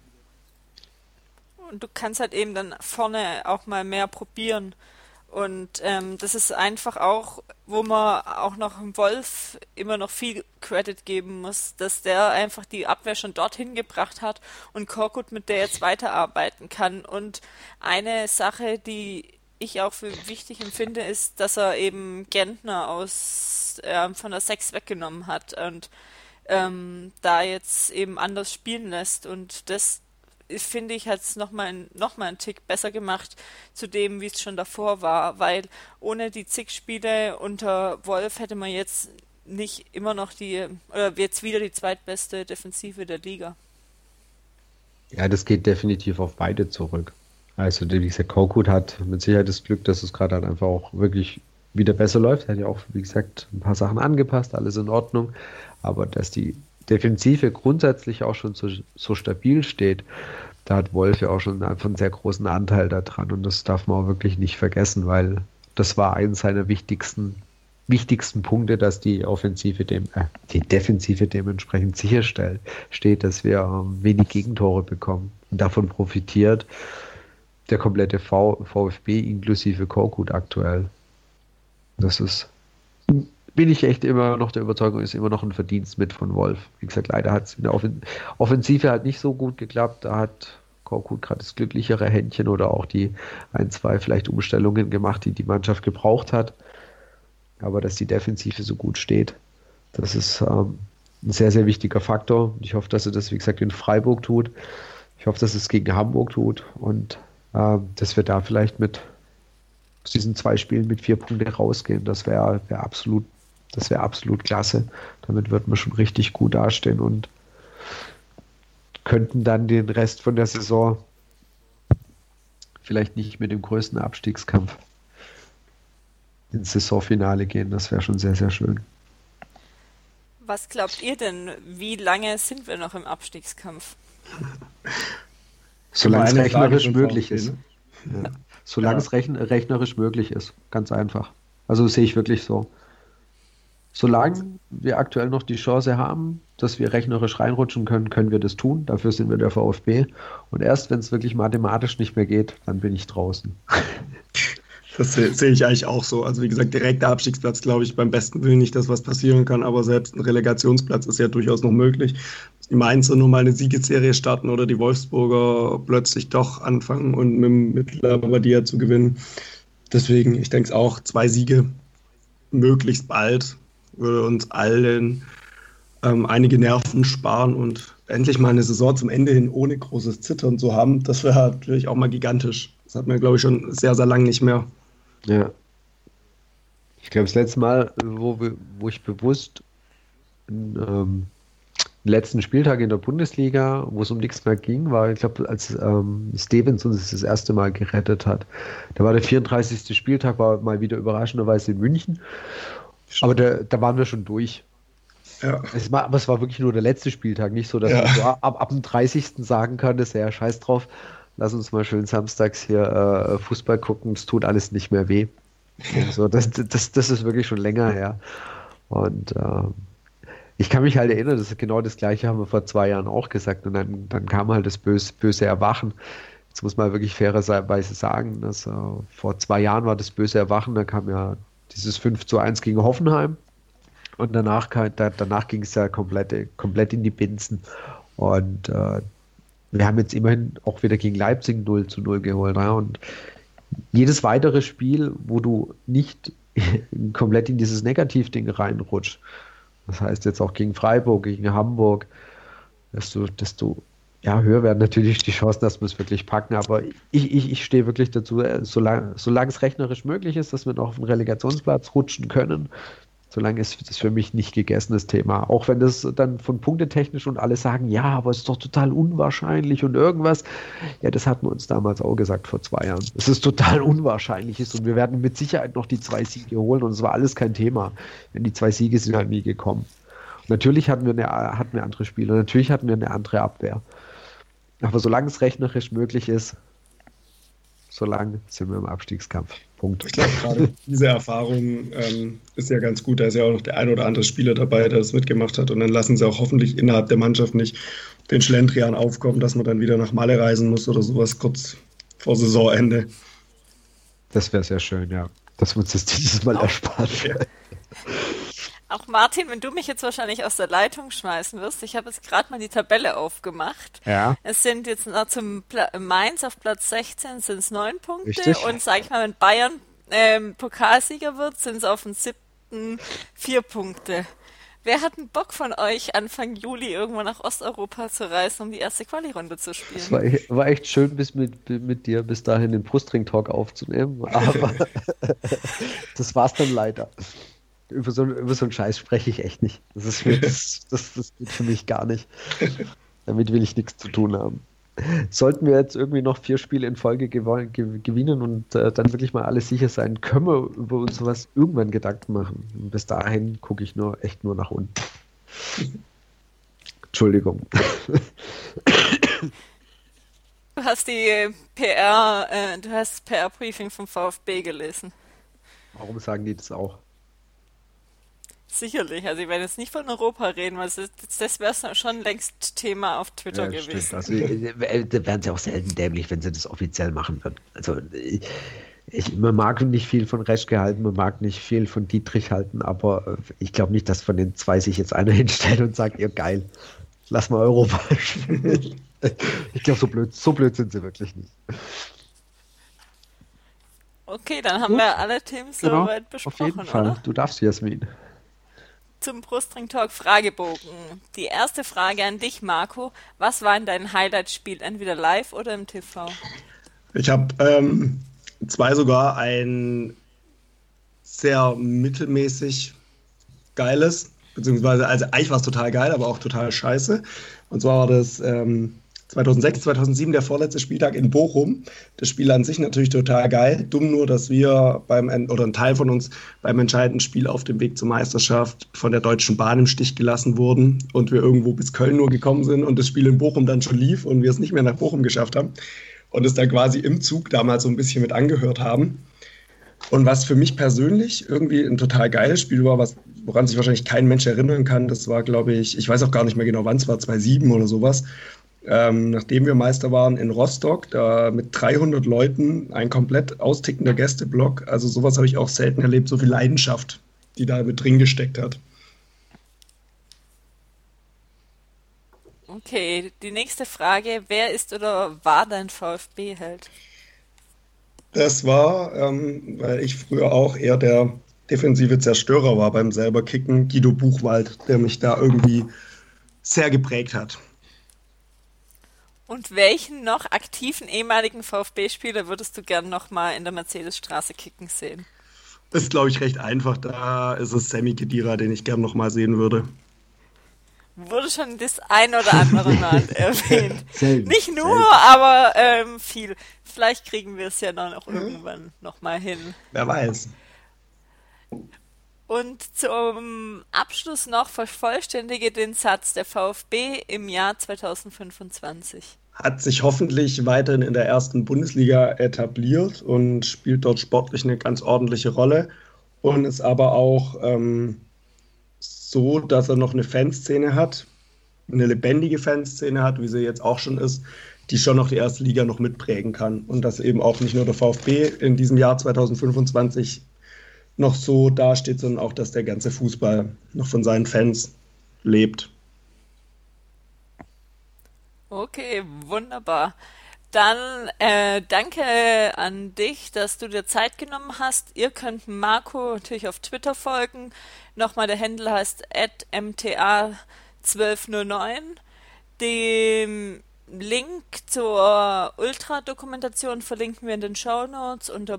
Und du kannst halt eben dann vorne auch mal mehr probieren. Und das ist einfach auch, wo man auch noch dem Wolf immer noch viel Credit geben muss, dass der einfach die Abwehr schon dorthin gebracht hat und Korkut mit der jetzt weiterarbeiten kann. Und eine Sache, die ich auch für wichtig empfinde, ist, dass er eben Gentner von der 6 weggenommen hat und da jetzt eben anders spielen lässt. Und das finde ich, hat es noch mal einen Tick besser gemacht zu dem, wie es schon davor war, weil ohne die zig Spiele unter Wolf hätte man jetzt nicht immer noch oder jetzt wieder die zweitbeste Defensive der Liga. Ja, das geht definitiv auf beide zurück. Also, wie gesagt, Korkut hat mit Sicherheit das Glück, dass es gerade halt einfach auch wirklich wieder besser läuft. Er hat ja auch, wie gesagt, ein paar Sachen angepasst, alles in Ordnung. Aber dass die Defensive grundsätzlich auch schon so stabil steht, da hat Wolf ja auch schon einfach einen sehr großen Anteil daran. Und das darf man auch wirklich nicht vergessen, weil das war eines seiner wichtigsten Punkte, dass die Defensive dementsprechend steht, dass wir wenig Gegentore bekommen. Und davon profitiert der komplette VfB inklusive Korkut aktuell. Bin ich echt immer noch der Überzeugung, ist immer noch ein Verdienst mit von Wolf. Wie gesagt, leider hat es in der Offensive halt nicht so gut geklappt. Da hat Korkut gerade das glücklichere Händchen oder auch die ein, zwei vielleicht Umstellungen gemacht, die die Mannschaft gebraucht hat. Aber dass die Defensive so gut steht, das ist ein sehr, sehr wichtiger Faktor. Ich hoffe, dass er das, wie gesagt, in Freiburg tut. Ich hoffe, dass es gegen Hamburg tut und dass wir da vielleicht aus diesen 2 Spielen mit 4 Punkten rausgehen. Das wäre absolut klasse. Damit wird man schon richtig gut dastehen und könnten dann den Rest von der Saison vielleicht nicht mit dem größten Abstiegskampf ins Saisonfinale gehen. Das wäre schon sehr, sehr schön. Was glaubt ihr denn, wie lange sind wir noch im Abstiegskampf? Solange es rechnerisch möglich ist. Ne? Ja. Solange es rechnerisch möglich ist. Ganz einfach. Also sehe ich wirklich so. Solange wir aktuell noch die Chance haben, dass wir rechnerisch reinrutschen können, können wir das tun. Dafür sind wir der VfB. Und erst wenn es wirklich mathematisch nicht mehr geht, dann bin ich draußen. Das sehe ich eigentlich auch so. Also wie gesagt, direkter Abstiegsplatz, glaube ich, beim besten Willen nicht, dass was passieren kann, aber selbst ein Relegationsplatz ist ja durchaus noch möglich. Die Mainzer nur mal eine Siegesserie starten oder die Wolfsburger plötzlich doch anfangen und mit Labadia zu gewinnen. Deswegen, ich denke es auch, 2 Siege möglichst bald würde uns allen einige Nerven sparen und endlich mal eine Saison zum Ende hin ohne großes Zittern zu haben, das wäre natürlich auch mal gigantisch. Das hat man, glaube ich, schon sehr, sehr lange nicht mehr. Ja. Ich glaube, das letzte Mal, wo ich bewusst den letzten Spieltag in der Bundesliga, wo es um nichts mehr ging, war, ich glaube, als Stevens uns das erste Mal gerettet hat. Da war der 34. Spieltag, war mal wieder überraschenderweise in München. Aber da waren wir schon durch. Ja. Aber es war wirklich nur der letzte Spieltag, nicht so, dass man so ab dem 30. sagen kann, das ist ja scheiß drauf, lass uns mal schön samstags hier Fußball gucken, es tut alles nicht mehr weh. Und so, das ist wirklich schon länger her. Und ich kann mich halt erinnern, das ist genau das Gleiche haben wir vor 2 Jahren auch gesagt und dann kam halt das böse Erwachen. Jetzt muss man wirklich fairerweise sagen, dass vor 2 Jahren war das böse Erwachen, da kam ja dieses 5:1 gegen Hoffenheim und danach ging es ja komplett in die Binsen und wir haben jetzt immerhin auch wieder gegen Leipzig 0:0 geholt, ja, und jedes weitere Spiel, wo du nicht komplett in dieses Negativding reinrutscht, das heißt jetzt auch gegen Freiburg, gegen Hamburg, desto höher werden natürlich die Chancen, dass wir es wirklich packen. Aber ich stehe wirklich dazu, solange es rechnerisch möglich ist, dass wir noch auf den Relegationsplatz rutschen können, solange ist das für mich nicht gegessenes Thema. Auch wenn das dann von punktetechnisch und alle sagen, ja, aber es ist doch total unwahrscheinlich und irgendwas. Ja, das hatten wir uns damals auch gesagt vor 2 Jahren. Es ist total unwahrscheinlich ist und wir werden mit Sicherheit noch die 2 Siege holen und es war alles kein Thema. Denn die 2 Siege sind halt nie gekommen. Und natürlich hatten wir andere Spieler, natürlich hatten wir eine andere Abwehr. Aber solange es rechnerisch möglich ist, solange sind wir im Abstiegskampf. Punkt. Ich glaube, gerade diese Erfahrung ist ja ganz gut. Da ist ja auch noch der ein oder andere Spieler dabei, der das mitgemacht hat. Und dann lassen sie auch hoffentlich innerhalb der Mannschaft nicht den Schlendrian aufkommen, dass man dann wieder nach Malle reisen muss oder sowas kurz vor Saisonende. Das wäre sehr schön, ja. Dass wir uns das dieses Mal ersparen. Auch Martin, wenn du mich jetzt wahrscheinlich aus der Leitung schmeißen wirst, ich habe jetzt gerade mal die Tabelle aufgemacht. Ja. Es sind jetzt noch zum Mainz auf Platz 16 sind es 9 Punkte. Richtig. Und sag ich mal, wenn Bayern Pokalsieger wird, sind es auf dem 7. 4 Punkte. Wer hat einen Bock von euch, Anfang Juli irgendwo nach Osteuropa zu reisen, um die erste Quali-Runde zu spielen? Es war echt schön, mit dir bis dahin den Brustring-Talk aufzunehmen, aber das war's dann leider. Über so einen Scheiß spreche ich echt nicht. Das geht für mich gar nicht. Damit will ich nichts zu tun haben. Sollten wir jetzt irgendwie noch 4 Spiele in Folge gewinnen und dann wirklich mal alles sicher sein, können wir über uns sowas irgendwann Gedanken machen. Und bis dahin gucke ich echt nur nach unten. Entschuldigung. Du hast die PR-Briefing vom VfB gelesen. Warum sagen die das auch? Sicherlich, also ich werde jetzt nicht von Europa reden, weil das wäre schon längst Thema auf Twitter gewesen. Stimmt. Also, da wären sie auch selten dämlich, wenn sie das offiziell machen würden. Also man mag nicht viel von Reschke halten, man mag nicht viel von Dietrich halten, aber ich glaube nicht, dass von den 2 sich jetzt einer hinstellt und sagt, ja geil, lass mal Europa spielen. Ich glaube, so blöd sind sie wirklich nicht. Okay, dann haben wir alle Themen soweit besprochen, auf jeden Fall. Oder? Du darfst, Jasmin. Zum Brustring Talk Fragebogen. Die erste Frage an dich, Marco. Was war in deinem Highlight-Spiel, entweder live oder im TV? Ich habe 2 sogar, ein sehr mittelmäßig geiles, beziehungsweise, also eigentlich war es total geil, aber auch total scheiße. Und zwar war das 2006, 2007 der vorletzte Spieltag in Bochum. Das Spiel an sich natürlich total geil. Dumm nur, dass wir ein Teil von uns beim entscheidenden Spiel auf dem Weg zur Meisterschaft von der Deutschen Bahn im Stich gelassen wurden und wir irgendwo bis Köln nur gekommen sind und das Spiel in Bochum dann schon lief und wir es nicht mehr nach Bochum geschafft haben und es dann quasi im Zug damals so ein bisschen mit angehört haben. Und was für mich persönlich irgendwie ein total geiles Spiel war, woran sich wahrscheinlich kein Mensch erinnern kann, das war, glaube ich weiß auch gar nicht mehr genau, wann es war, 2007 oder sowas. Nachdem wir Meister waren in Rostock, da mit 300 Leuten, ein komplett austickender Gästeblock. Also sowas habe ich auch selten erlebt, so viel Leidenschaft, die da mit drin gesteckt hat. Okay, die nächste Frage. Wer ist oder war dein VfB-Held? Das war, weil ich früher auch eher der defensive Zerstörer war beim selber Kicken, Guido Buchwald, der mich da irgendwie sehr geprägt hat. Und welchen noch aktiven ehemaligen VfB-Spieler würdest du gern nochmal in der Mercedesstraße kicken sehen? Das ist, glaube ich, recht einfach. Da ist es Sammy Khedira, den ich gern nochmal sehen würde. Wurde schon das ein oder andere Mal erwähnt. Selten. Nicht nur, aber viel. Vielleicht kriegen wir es ja dann auch irgendwann nochmal hin. Wer weiß. Und zum Abschluss noch vervollständige den Satz: Der VfB im Jahr 2025. Hat sich hoffentlich weiterhin in der ersten Bundesliga etabliert und spielt dort sportlich eine ganz ordentliche Rolle und ist aber auch so, dass er noch eine Fanszene hat, eine lebendige Fanszene hat, wie sie jetzt auch schon ist, die schon noch die erste Liga noch mitprägen kann und dass eben auch nicht nur der VfB in diesem Jahr 2025 noch so dasteht, sondern auch, dass der ganze Fußball noch von seinen Fans lebt. Okay, wunderbar. Dann danke an dich, dass du dir Zeit genommen hast. Ihr könnt Marco natürlich auf Twitter folgen. Nochmal, der Handle heißt @mta1209. Den Link zur Ultra-Dokumentation verlinken wir in den Shownotes unter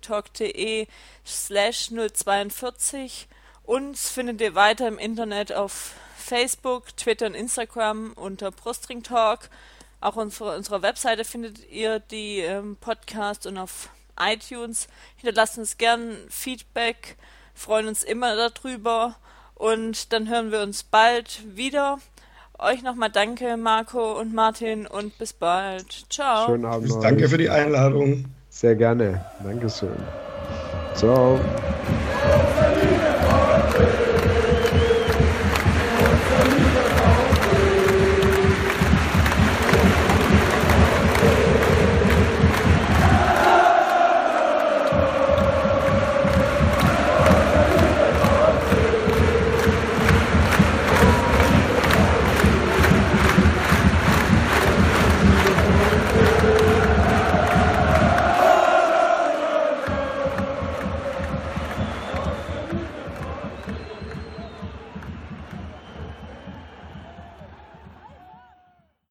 brustringtalk.de/042. Uns findet ihr weiter im Internet auf Facebook, Twitter und Instagram unter Brustringtalk. Auch unserer Webseite findet ihr die Podcasts und auf iTunes. Hinterlasst uns gern Feedback, freuen uns immer darüber und dann hören wir uns bald wieder. Euch nochmal danke, Marco und Martin, und bis bald. Ciao. Schönen Abend noch. Danke für die Einladung. Sehr gerne. Dankeschön. Ciao.